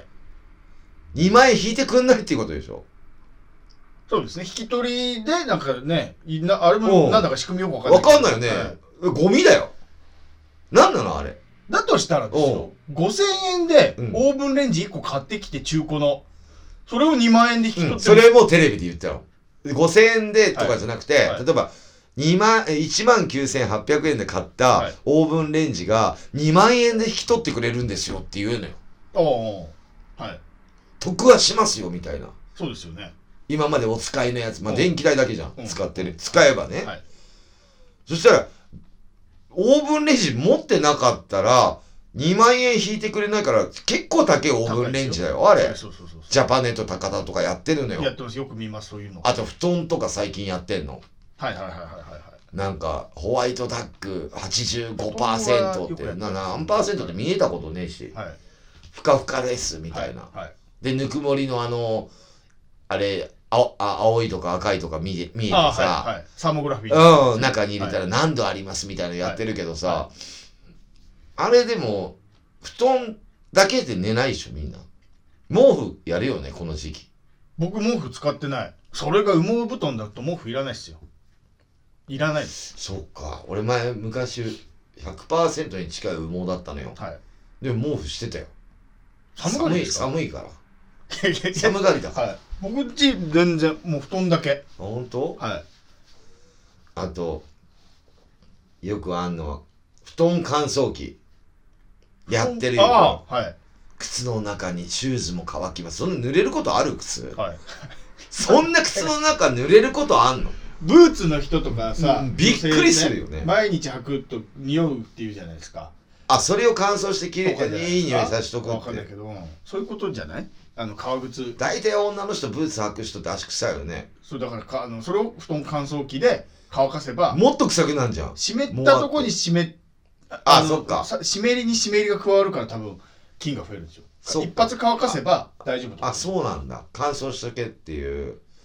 にまんえん引いてくんないっていうことでしょ。 そうですね。引き取りでなんかね、なあれもなんだか仕組みよくわかんない。 わかんないよね、はい。ゴミだよ。なんなのあれ。 だとしたらですよ、ごせんえんでオーブンレンジいっこ買ってきて中古の、それをにまんえんで引き取って、うん、 それもテレビで言ったの。ごせんえんでとかじゃなくて、はいはい、例えばにまん、いちまんきゅうせんはっぴゃくえんで買ったオーブンレンジがにまんえんで引き取ってくれるんですよって言うのよ。 おー、はい。 得はしますよみたいな。 そうですよね。 今までお使いのやつ、まあ電気代だけじゃん、うん、使ってる。使えばね。はい、そしたら、オーブンレンジ持ってなかったら、にまんえん引いてくれないから、結構高いオーブンレンジだよ、あれ。 そうそうそうそう。 ジャパネット高田とかやってるのよ。 やってます。よく見ます、そういうの。 あと、布団とか最近やってんの。 はいはいはいはいはい。 なんか、ホワイトダック はちじゅうごパーセント って、な何パーセントって見えたことねえし、はい、ふかふかですみたいな。はいはい、で、ぬくもりのあの、あれ、青, 青いとか赤いとか見え見えてさ、 はいはい、サーモグラフィー、 うん、中に入れたら何度ありますみたいなのやってるけどさ、はいはい、あれでも、布団だけで寝ないでしょ、みんな。毛布やるよね、この時期。 僕、毛布使ってない。それが羽毛布団だと毛布いらないっすよ。いらないです。 そっか。俺前、昔、ひゃくパーセント に近い羽毛だったのよ。はい。でも毛布してたよ。 寒い寒いから。寒がりだから。はい、 僕んち全然、もう布団だけ。 あ、ほんと？ はい。 あと、よくあんのは、布団乾燥機。やってるよ。 ああ、はい。 靴の中にシューズも乾きます。そんな濡れることある靴？ はい。 そんな靴の中濡れることあんの？ ブーツの人とかさ、 うん、びっくりするよね。 毎日履くと匂うっていうじゃないですか。 あ、それを乾燥してきれいにいい匂いさせとくって。 わかんないけど、そういうことじゃない？あの革靴。 大体女の人ブーツ履く人って足臭いよね。 そうだからかあのそれを布団乾燥機で乾かせばもっと臭くなるじゃん。 湿ったとこに湿っああそっか。 湿りに湿りが加わるから多分菌が増えるんですよ。一発乾かせば大丈夫。 あ、そうなんだ。乾燥しとけっていう。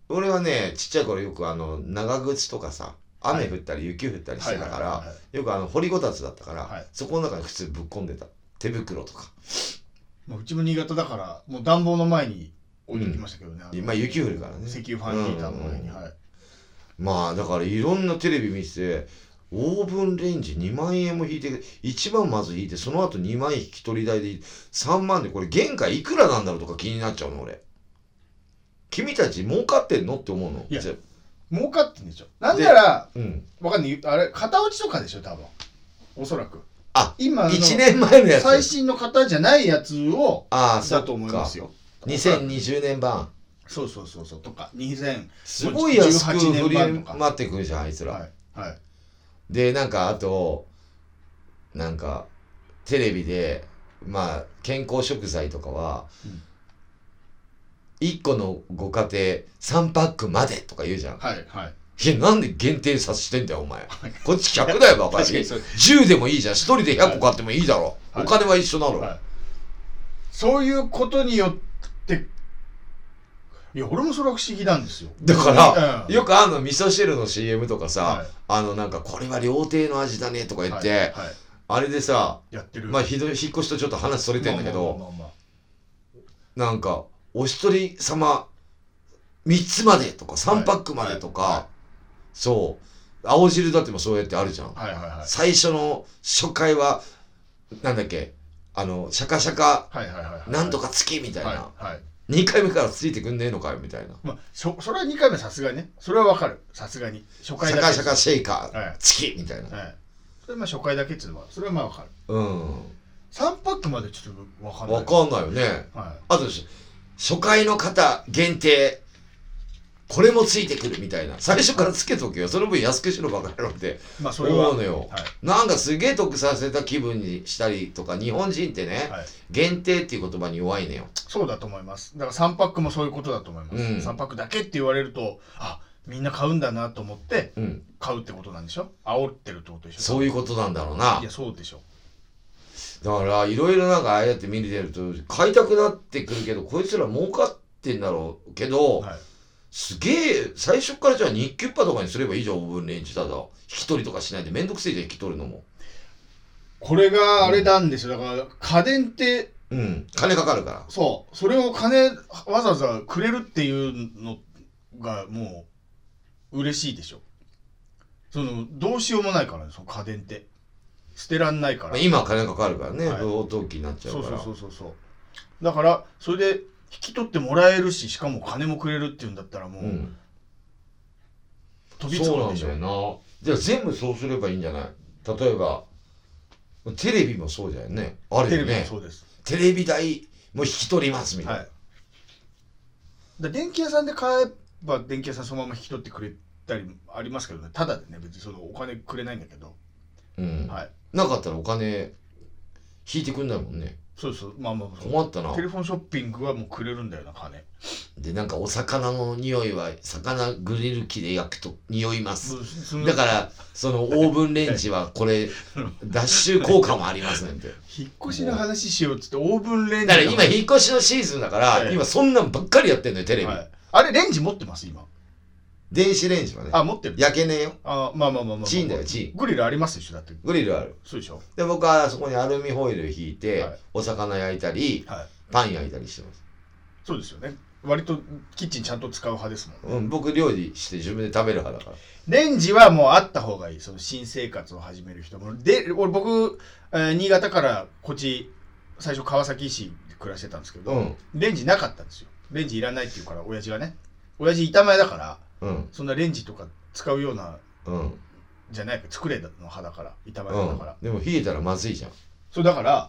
俺はねちっちゃい頃よくあの長靴とかさ雨降ったり雪降ったりしてたからよくあの掘りごたつだったから、はい、そこの中に普通ぶっ込んでた手袋とか。 まあ、うちも新潟だからもう暖房の前に置いてきましたけどね、 うん、まあ雪降るからね石油ファンヒーターの前に、うんうん、はい、 まあだからいろんなテレビ見ててオーブンレンジにまんえんも引いていちまんまず引いてその後にまんえん引き取り代でさんまんでこれ原価いくらなんだろうとか気になっちゃうの俺。君たち儲かってんのって思うの。 いや儲かってんでしょ。なんなら、うん、わかんない。あれ、型落ちとかでしょ、多分。おそらく。 あ、今のいちねんまえのやつ。 最新の型じゃないやつを、 あだと思いますよ。 にせんにじゅうねん版。 そうそうそうそう。とか、にせんじゅうはちねん版とか。 すごい安く振り回ってくるじゃん、あいつら。 はい。はい。 で、なんか、あと、なんか、テレビで、まあ、健康食材とかは、うんいっこのご家庭さんパックまでとか言うじゃん。 はいはい。 いや、なんで限定させてんだよ、お前。こっちひゃくだよ、バカに。じゅうでもいいじゃん。ひとりでひゃっこ買ってもいいだろ。はい、お金は一緒だろ、はい。 そういうことによって、いや、俺もそれは不思議なんですよ。 だから、うん、よくあの、味噌汁の シーエム とかさ、はい、あの、なんか、これは料亭の味だねとか言って、はいはい、あれでさ、 やってる。 まあ、ひどい、引っ越しとちょっと話それてんだけど、なんか、お一人様みっつまでとかさんパックまでとか、はいはいはい、そう青汁だってもそうやってあるじゃん、 はいはいはい、 最初の初回はなんだっけあのシャカシャカなんとか月みたいな、はいはい、にかいめからついてくんねえのかよみたいな、 まあ、そ, それはにかいめさすがにねそれはわかるさすがに初回だけシャカシャカシェイカー、はい、月みたいな、はい、 それまあ初回だけっていうのはそれはまあわかる、 うん、 さんパックまでちょっとわかんないわかんないよね、はい、あと初回の方限定これもついてくるみたいな最初からつけとけよその分安くしろばかりろって思うのよ、はい、なんかすげえ得させた気分にしたりとか日本人ってね、はい、限定っていう言葉に弱いのよ。 そうだと思います。だからさんパックもそういうことだと思います、うん、さんパックだけって言われるとあみんな買うんだなと思って買うってことなんでしょ。煽ってるってことでしょ。 そういうことなんだろうな。 いやそうでしょ。 だからいろいろなんかああやって見てると買いたくなってくるけどこいつら儲かってんだろうけど、はい、すげえ最初からじゃあ日給パとかにすればいいじゃん。オーブンレンジただ引き取りとかしないでめんどくせえじゃん引き取るのも。 これがあれなんですよ。だから家電ってうん金かかるからそうそれを金わざわざくれるっていうのがもう嬉しいでしょ。そのどうしようもないからねその家電って捨てらんないから。 今は金かかるからね、はい、同等期になっちゃうから。 そうそうそうそうだからそれで引き取ってもらえるししかも金もくれるっていうんだったらもう、うん、飛びつくんでしょ。 そうなんだよな。じゃあ全部そうすればいいんじゃない。例えばテレビもそうだよね。あるよね。テレビもそうです。テレビ代も引き取りますみたいな、はい、 だ電気屋さんで買えば電気屋さんそのまま引き取ってくれたりありますけどね。ただでね別にそのお金くれないんだけど、 うんはい、なかったらお金引いてくんないもんね。 そうそうまあまあ困ったな。 テレフォンショッピングはもうくれるんだよな金で。なんかお魚の匂いは魚グリル機で焼くと匂います。だからそのオーブンレンジはこれ脱臭効果もありますねんて。 引っ越しの話しようっつってオーブンレンジだから今引っ越しのシーズンだから、はい、今そんなんばっかりやってんのよテレビ、はい、 あれレンジ持ってます今。 電子レンジはね。 あ、持ってる。 焼けねえよ。 あ、まあまあまあまあ。 チンだよ、チン。 グリルありますでしょ、だって。 グリルある。 そうでしょ。 で、僕はそこにアルミホイル引いて、はい、お魚焼いたり、はい、パン焼いたりしてます。 そうですよね。割とキッチンちゃんと使う派ですもんね。 うん、僕料理して自分で食べる派だから。 レンジはもうあった方がいい。その新生活を始める人も。で、俺僕、えー、新潟からこっち、最初川崎市で暮らしてたんですけど、うん、レンジなかったんですよ。レンジいらないって言うから、親父がね。親父板前だから、うん、そんなレンジとか使うような、うん、じゃないか作れの派だから板前だから、 うん、でも冷えたらまずいじゃん。 そうだから、うん、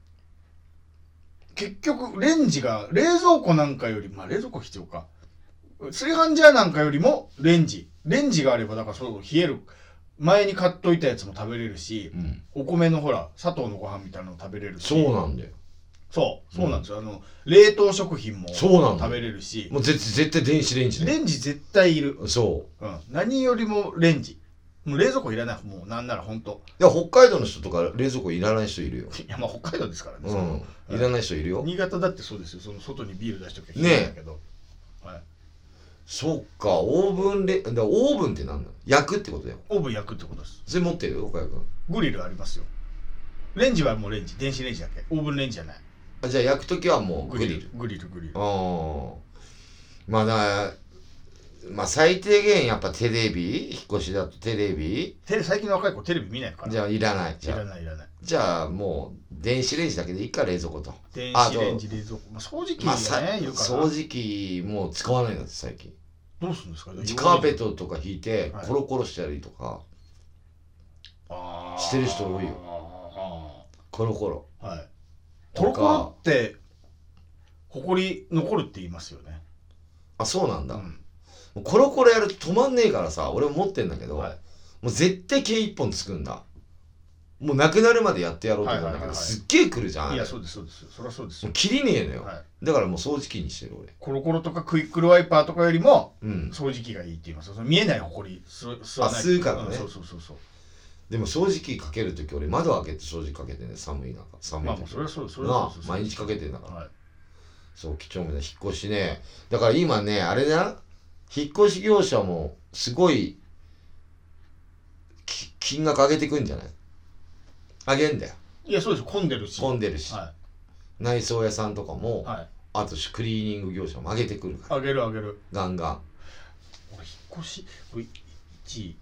結局レンジが冷蔵庫なんかよりまあ冷蔵庫必要か炊飯ジャーなんかよりもレンジレンジがあればだからそう冷える前に買っといたやつも食べれるし、うん、お米のほら砂糖のご飯みたいなの食べれるし。 そうなんだよ。 そうそうなんですよ、うん、あの冷凍食品も食べれるし。 もう絶絶対電子レンジでレンジ絶対いる。 そう、 うん、何よりもレンジ。もう冷蔵庫いらない。もうなんなら本当。 いや北海道の人とか冷蔵庫いらない人いるよ。 いやまあ北海道ですからね、 うん、いらない人いるよ。 新潟だってそうですよ。その外にビール出しときゃいいんだけど、ね、はい、 そっか、オーブンレだからオーブンって何なの？焼くってことだよ。 オーブン焼くってことです。 それ持ってる？岡谷君。 グリルありますよ。レンジはもうレンジ、電子レンジだけ。オーブンレンジじゃない。 あ、じゃあ焼くときはもうグリル。 グリルグリル。 ああ。まあだまあ最低限やっぱテレビ、引っ越しだとテレビ。 テレ最近の若い子テレビ見ないから。 じゃあいらない。 いらないいらない。 じゃあもう電子レンジだけでいいか、冷蔵庫と。 電子レンジ、冷蔵庫。まあ、掃除機がね、いるから。 掃除機もう使わないんだって最近。 どうするんですか？ カーペットとか引いてコロコロしたりとかしてる人多いよ。コロコロ。 はい。コロコロってほこり残るって言いますよね。 あ、そうなんだ。うん、もうコロコロやると止まんねえからさ、俺も持ってんだけど、はい、もう絶対毛一本つくんだ。もうなくなるまでやってやろうと思うんだけど、すっげえ来るじゃん。 いや、そうですそうです。そりゃそうですよ。 もう切りねえのよ、はい、だからもう掃除機にしてる俺。 コロコロとかクイックルワイパーとかよりも、うん、掃除機がいいって言います。その見えないほこり吸わない。あ、吸うからね、うん、 そうそうそうそう。 でも掃除機かけるとき俺窓開けて掃除機かけてね、寒い中。寒い時。 まあもうそれはそうです。それはそうです。 毎日かけてんだから。はい、そう几帳面だ。引っ越しね。だから今ね、あれだ。引っ越し業者もすごい金額上げてくんじゃない？上げんだよ。 いや、そうです。混んでるし。 混んでるし。はい、内装屋さんとかも、はい、あとクリーニング業者も上げてくるから。 上げる上げる。 ガンガン。 俺引っ越しいち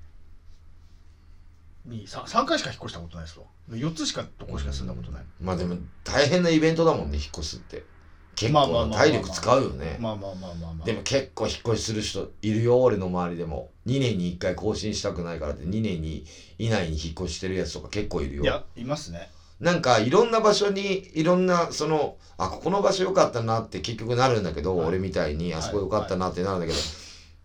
にさん さんかいしか引っ越したことないですわ。よっつしかとこしか住んだことない。 まあでも大変なイベントだもんね、引っ越すって。結構体力使うよね。 まあまあまあまあまあ。 でも結構引っ越しする人いるよ、俺の周りでも。にねんにいっかい更新したくないからってにねんに以内に引っ越ししてるやつとか結構いるよ。 いや、いますね。 なんかいろんな場所にいろんなそのあここの場所良かったなって結局なるんだけど、はい、俺みたいにあそこ良かったなってなるんだけど、はい、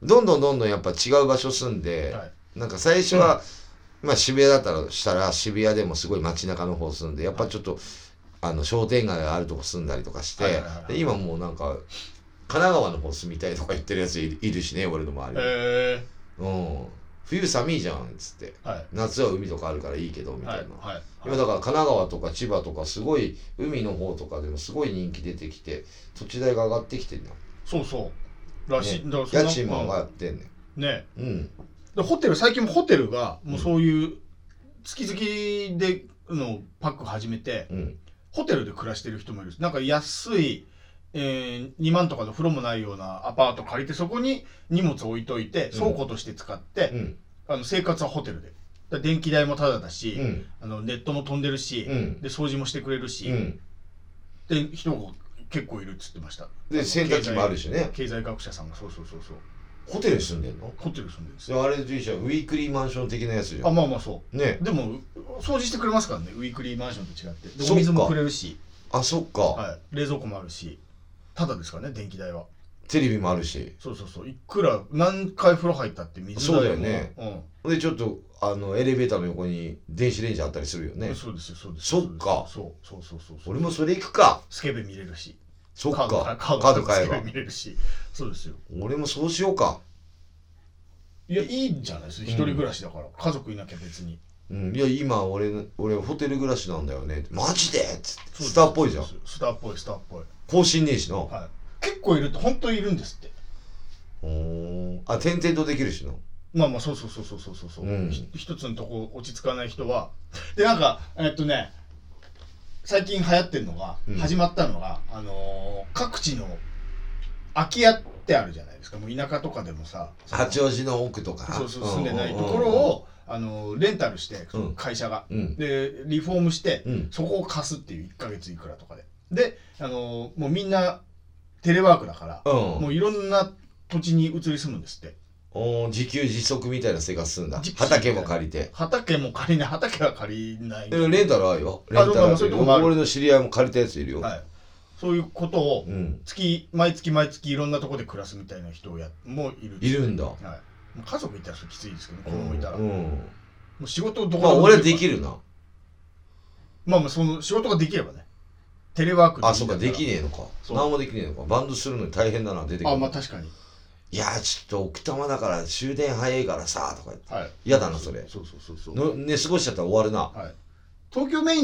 どんどんどんどんやっぱ違う場所住んで、はい、なんか最初は、うん、まあ渋谷だったらしたら渋谷でもすごい街中の方住んでやっぱちょっと、はい、あの商店街があるとこ住んだりとかして、はいはいはいはい、で今もうなんか神奈川の方住みたいとか言ってるやつい る, いるしね、俺の周りに。へー、うん、冬寒いじゃんっつって、はい、夏は海とかあるからいいけどみたいな、はいはい、今だから神奈川とか千葉とかすごい海の方とかでもすごい人気出てきて土地代が上がってきてんだよ。 そうそうらしい、 ね、だから家賃も上がってんねんね。 うん、 でホテル最近もホテルがもうそういう月々でのパック始めて、うん、ホテルで暮らしてる人もいる。なんか安い、えー、にまんとかの風呂もないようなアパート借りてそこに荷物置いといて倉庫として使って、うん、あの生活はホテルで。だ電気代もタダだし、うん、あのネットも飛んでるし、うん、で掃除もしてくれるし、うん、で人が結構いるっつってました。 で洗濯機もあるしね。 経済学者さんがそうそうそうそう。 ホテルに住んでんの？ ホテル住んでるんですよ。あれと一緒ウィークリーマンション的なやつじゃん。 あ、まあまあそうね。 でも掃除してくれますからね、ウィークリーマンションと違って。でお水もくれるし。 あ、そっか。 はい。冷蔵庫もあるし、ただですからね、電気代は。 テレビもあるし。 そうそうそう。いくら何回風呂入ったって水代も。 そうだよね。うん。でちょっとあのエレベーターの横に電子レンジあったりするよね。 そうですよ、そうです。 そっか。 そうそうそうそう。 俺もそれ行くか。 スケベ見れるし。 そっか。 カード買えば。スケベ見れるし。そうですよ。 俺もそうしようか。 いや、いいんじゃないですか、一人暮らしだから、うん、家族いなきゃ別に。 うん、いや、今俺、俺ホテル暮らしなんだよね。マジでっつって。スターっぽいじゃん。 スターっぽい、スターっぽい。 更新ねえしな。 はい。結構いるって、本当にいるんですって。 おー。あ、転々とできるしな。 まあまあ、そうそうそうそうそうそう、うん、一つのとこ落ち着かない人は。で、なんか、えっとね、最近流行ってるのが、うん、始まったのが、あのー、各地の空き家ってあるじゃないですか。もう田舎とかでもさ、 八王子の奥とかそうそう住んでないところをあのレンタルして会社が、うん、でリフォームして、うん、そこを貸すっていういっかげついくらとかでであのもうみんなテレワークだから、うん、もういろんな土地に移り住むんですって。 お自給自足みたいな生活するんだ。畑も借りて。 畑も借りない。畑は借りない。 レンタルあるよ。レンタルあるよ。俺の知り合いも借りたやついるよ。はい、 そういうことを月、うん、毎月毎月いろんなところで暮らすみたいな人をやもいる。 いるんだ。 はい、家族いたらきついですけど、子供いたら。うん、もう仕事どこでもまあ俺はできるな。 まあまあその仕事ができればね。テレワークであ、そうか、できねえのか。何もできねえのか。バンドするのに大変だな、出てくる。 あ、まあ確かに。 いやーちょっと奥多摩だから終電早いからさとか言って、はい、嫌だなそれ。 そうそうそうそうの寝過ごしちゃったら終わるな。はい、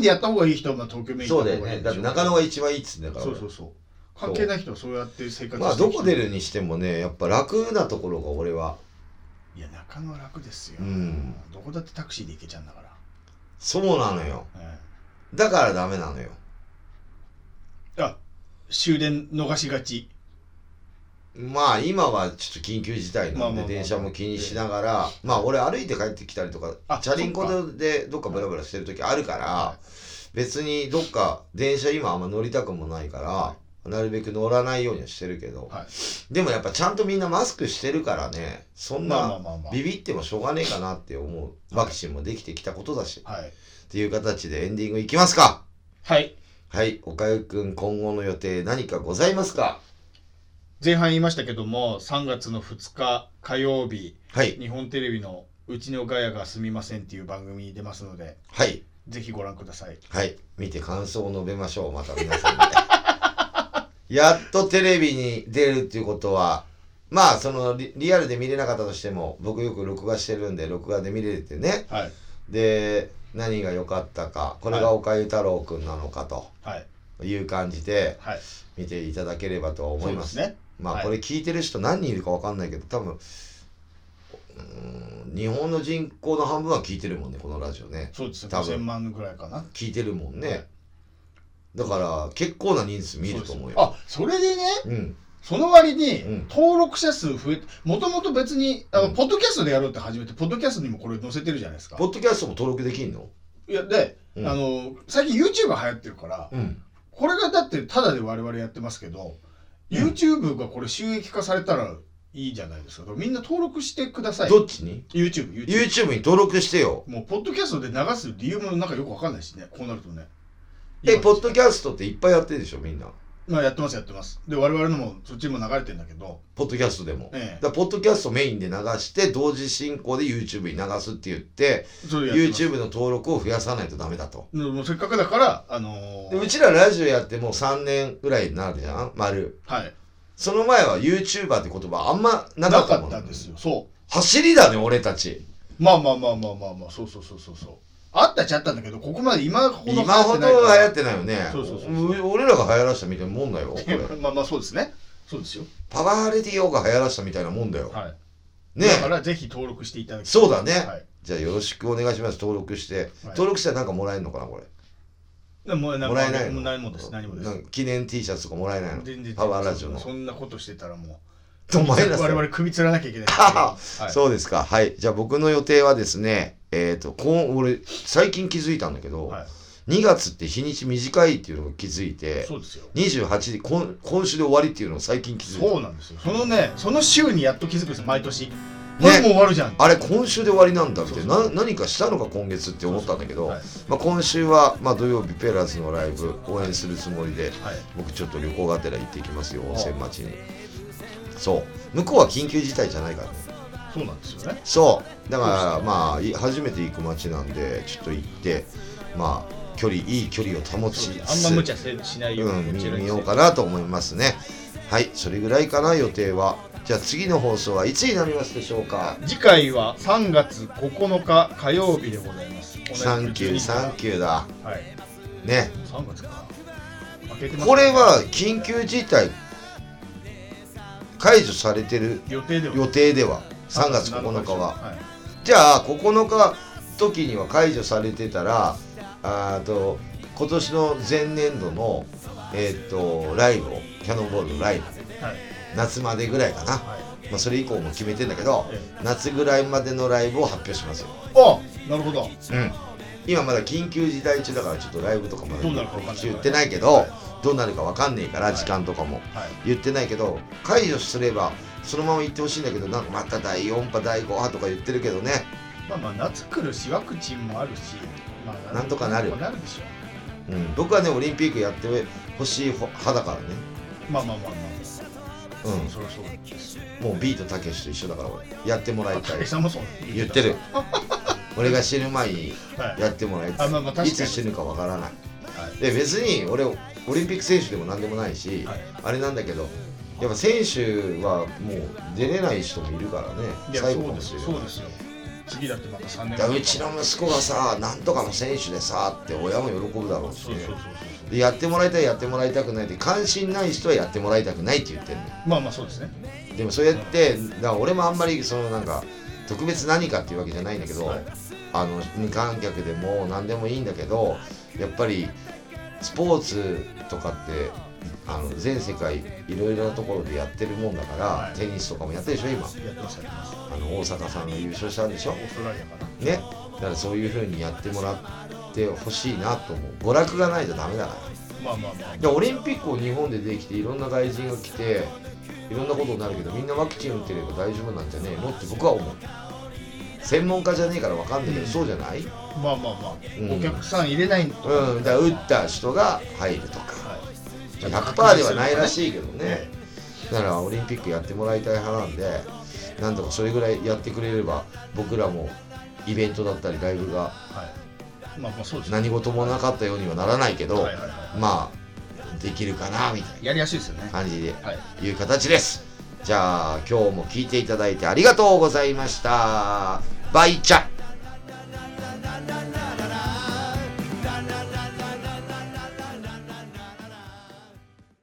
東京メインでやった方がいい人は東京メインでやった方がいい。 そうだよね。だって中野が一番いいっつうんだから。 そうそうそう。 関係ない人はそうやって生活してまあどこ出るにしてもねやっぱ楽なところが俺はいや中野は楽ですよ、 うん、 どこだってタクシーで行けちゃうんだから。 そうなのよ、えー、だからダメなのよ。 あ、終電逃しがち。 まあ今はちょっと緊急事態なんで電車も気にしながら、まあ俺歩いて帰ってきたりとかチャリンコでどっかブラブラしてる時あるから、別にどっか電車今あんま乗りたくもないからなるべく乗らないようにはしてるけど、でもやっぱちゃんとみんなマスクしてるからね、そんなビビってもしょうがねえかなって思う。ワクチンもできてきたことだしっていう形でエンディングいきますか。 はいはい、おかゆくん今後の予定何かございますか。 前半言いましたけどもさんがつのふつか火曜日、 はい、 日本テレビのうちのガヤがすみませんっていう番組に出ますので、 はい、 ぜひご覧ください。 はい、見て感想を述べましょう。また皆さんでやっとテレビに出るっていうことはまあその リ, リアルで見れなかったとしても僕よく録画してるんで録画で見れるってね、 はい、 で何が良かったかこれがおかゆ太郎くんなのかという感じで見ていただければと思います、 はい、そうですね。 まあこれ聞いてる人何人いるか分かんないけど多分うーん日本の人口の半分は聞いてるもんねこのラジオね。 そうですね、ごせんまんぐらいかな聞いてるもんね、はい、だから結構な人数見ると思うよ。 あ、それでね、 うん、 その割に登録者数増えてもともと別にあの、うん、ポッドキャストでやろうって始めてポッドキャストにもこれ載せてるじゃないですか。 ポッドキャストも登録できんの？ いやで、うん、あの最近 YouTube が流行ってるから、うん、これがだってタダで我々やってますけどYouTube がこれ収益化されたらいいじゃないですか。みんな登録してください。 どっちに？ YouTube, YouTube。YouTube に登録してよ。 もうポッドキャストで流す理由もなんかよくわかんないしね。こうなるとね。 え、ポッドキャストっていっぱいやってるでしょみんな。 まあやってますやってます。で我々のもそっちにも流れてるんだけど。 ポッドキャストでも。 ええ、 だからポッドキャストメインで流して同時進行で YouTube に流すって言って、YouTube の登録を増やさないとダメだと。 もうせっかくだからあのー、 でうちらラジオやってもうさんねんぐらいになるじゃん丸。 はい。 その前は YouTuber って言葉あんまなかったもん。 なかったんですよ。そう。 走りだね俺たち。 まあまあまあまあまあまあそうそうそうそうそう。あったっちゃったんだけどここまで今ほど今ほど流行ってないよね。 そうそうそうそう。 俺らが流行らしたみたいなもんだよ。これまあまあそうですね。そうですよ。 パワーレディオが流行らしたみたいなもんだよ。 はい。 ね。 だからぜひ登録していただきたい。そうだね。 はい、 じゃあよろしくお願いします。登録して、はい、登録したらなんかもらえるのかなこれ。 もらえないの？ 何もです何もです。 記念 T シャツとかもらえないの？ 全然パワーラジオの。 そんなことしてたらもう。我 々首つらなきゃいけない。 はい、そうですか。はい。じゃあ僕の予定はですね、えっ、ー、とこう俺最近気づいたんだけど、はい、にがつって日にち短いっていうのを気づいて、 そうですよ。 にじゅうはちにち今今週で終わりっていうのを最近気づいた。 そうなんですよ。そのねその週にやっと気づくんですよ毎年。これもう終わるじゃん、ね、 あれ今週で終わりなんだってな何かしたのか今月って思ったんだけど、はい、まあ、今週は、まあ、土曜日ペラーズのライブ応援するつもりで、はい、僕ちょっと旅行がてら行ってきますよ温泉町に。そう向こうは緊急事態じゃないからね。 そうなんですよね。 そうだからまあ初めて行く町なんでちょっと行ってまあ距離いい距離を保ちつつあんま無茶しないように、 うん、見ようかなと思いますね。はいそれぐらいかな予定は。じゃあ次の放送はいつになりますでしょうか。 次回はさんがつここのか火曜日でございます。 サンキューサンキューだ。 はいね。 さんがつか開けてます、ね、 これは緊急事態解除されてる予定では、 予定ではさんがつここのかは、はい、じゃあここのか時には解除されてたらあと今年の前年度のえっ、ー、とライブをキャノンボールのライブ、はい、夏までぐらいかな、はい、まあ、それ以降も決めてんだけど、ええ、夏ぐらいまでのライブを発表しますよ。 あ、なるほど、 うん、今まだ緊急事態中だからちょっとライブとかまだ言ってないけど、 はい、 どうなるか分かんねえから、はい、時間とかも言ってないけど、解除すればそのまま行ってほしいんだけど、なんかまただいよん波だいご波とか言ってるけどね。 まあまあ夏来るしワクチンもあるし、まあ、 なんとかなる。 なんとかなるでしょう、 うん、僕はねオリンピックやってほしい派だからね。 まあまあまあまあ、 うん、 そりゃそうです。 もうビートたけしと一緒だから俺やってもらいたい。 たけしさんもそう言ってる俺が死ぬ前にやってもらいたい、 はい、あ、まあまあ、 いつ死ぬかわからない、はい、で別に俺オリンピック選手でも何でもないし、はい、あれなんだけどやっぱ選手はもう出れない人もいるからね。最後かもしれない。 そうですよ。 次だってまたさんねんだうちの息子がさなんとかの選手でさって親も喜ぶだろうしね。でやってもらいたいやってもらいたくないって関心ない人はやってもらいたくないって言ってるのよ。 まあまあそうですね。 でもそうやってだから俺もあんまりそのなんか特別何かっていうわけじゃないんだけど、はい、あの無観客でも何でもいいんだけどやっぱりスポーツとかってあの全世界いろいろなところでやってるもんだから、はい、テニスとかもやってるでしょ今。やってますやってます。あの大坂さんが優勝したんでしょ。オーストラリアかな。ね。だからそういう風にやってもらってほしいなと思う。娯楽がないとダメだから。まあまあまあ。でオリンピックを日本でできていろんな外人が来ていろんなことになるけどみんなワクチン打ってれば大丈夫なんじゃねえのって僕は思う。専門家じゃねえから分かんないけど、うん、そうじゃない？まあまあまあ、うん、お客さん入れないのうん、だから打った人が入るとか、はい、ひゃくパーセント ではないらしいけどね。だからオリンピックやってもらいたい派なんでなんとかそれぐらいやってくれれば僕らもイベントだったりライブが、はいまあまあそうですね、何事もなかったようにはならないけど、はいはいはい、まあできるかなみたいなやりやすいですよね感じで、はい、いう形です。じゃあ今日も聞いていただいてありがとうございました。バイチャ。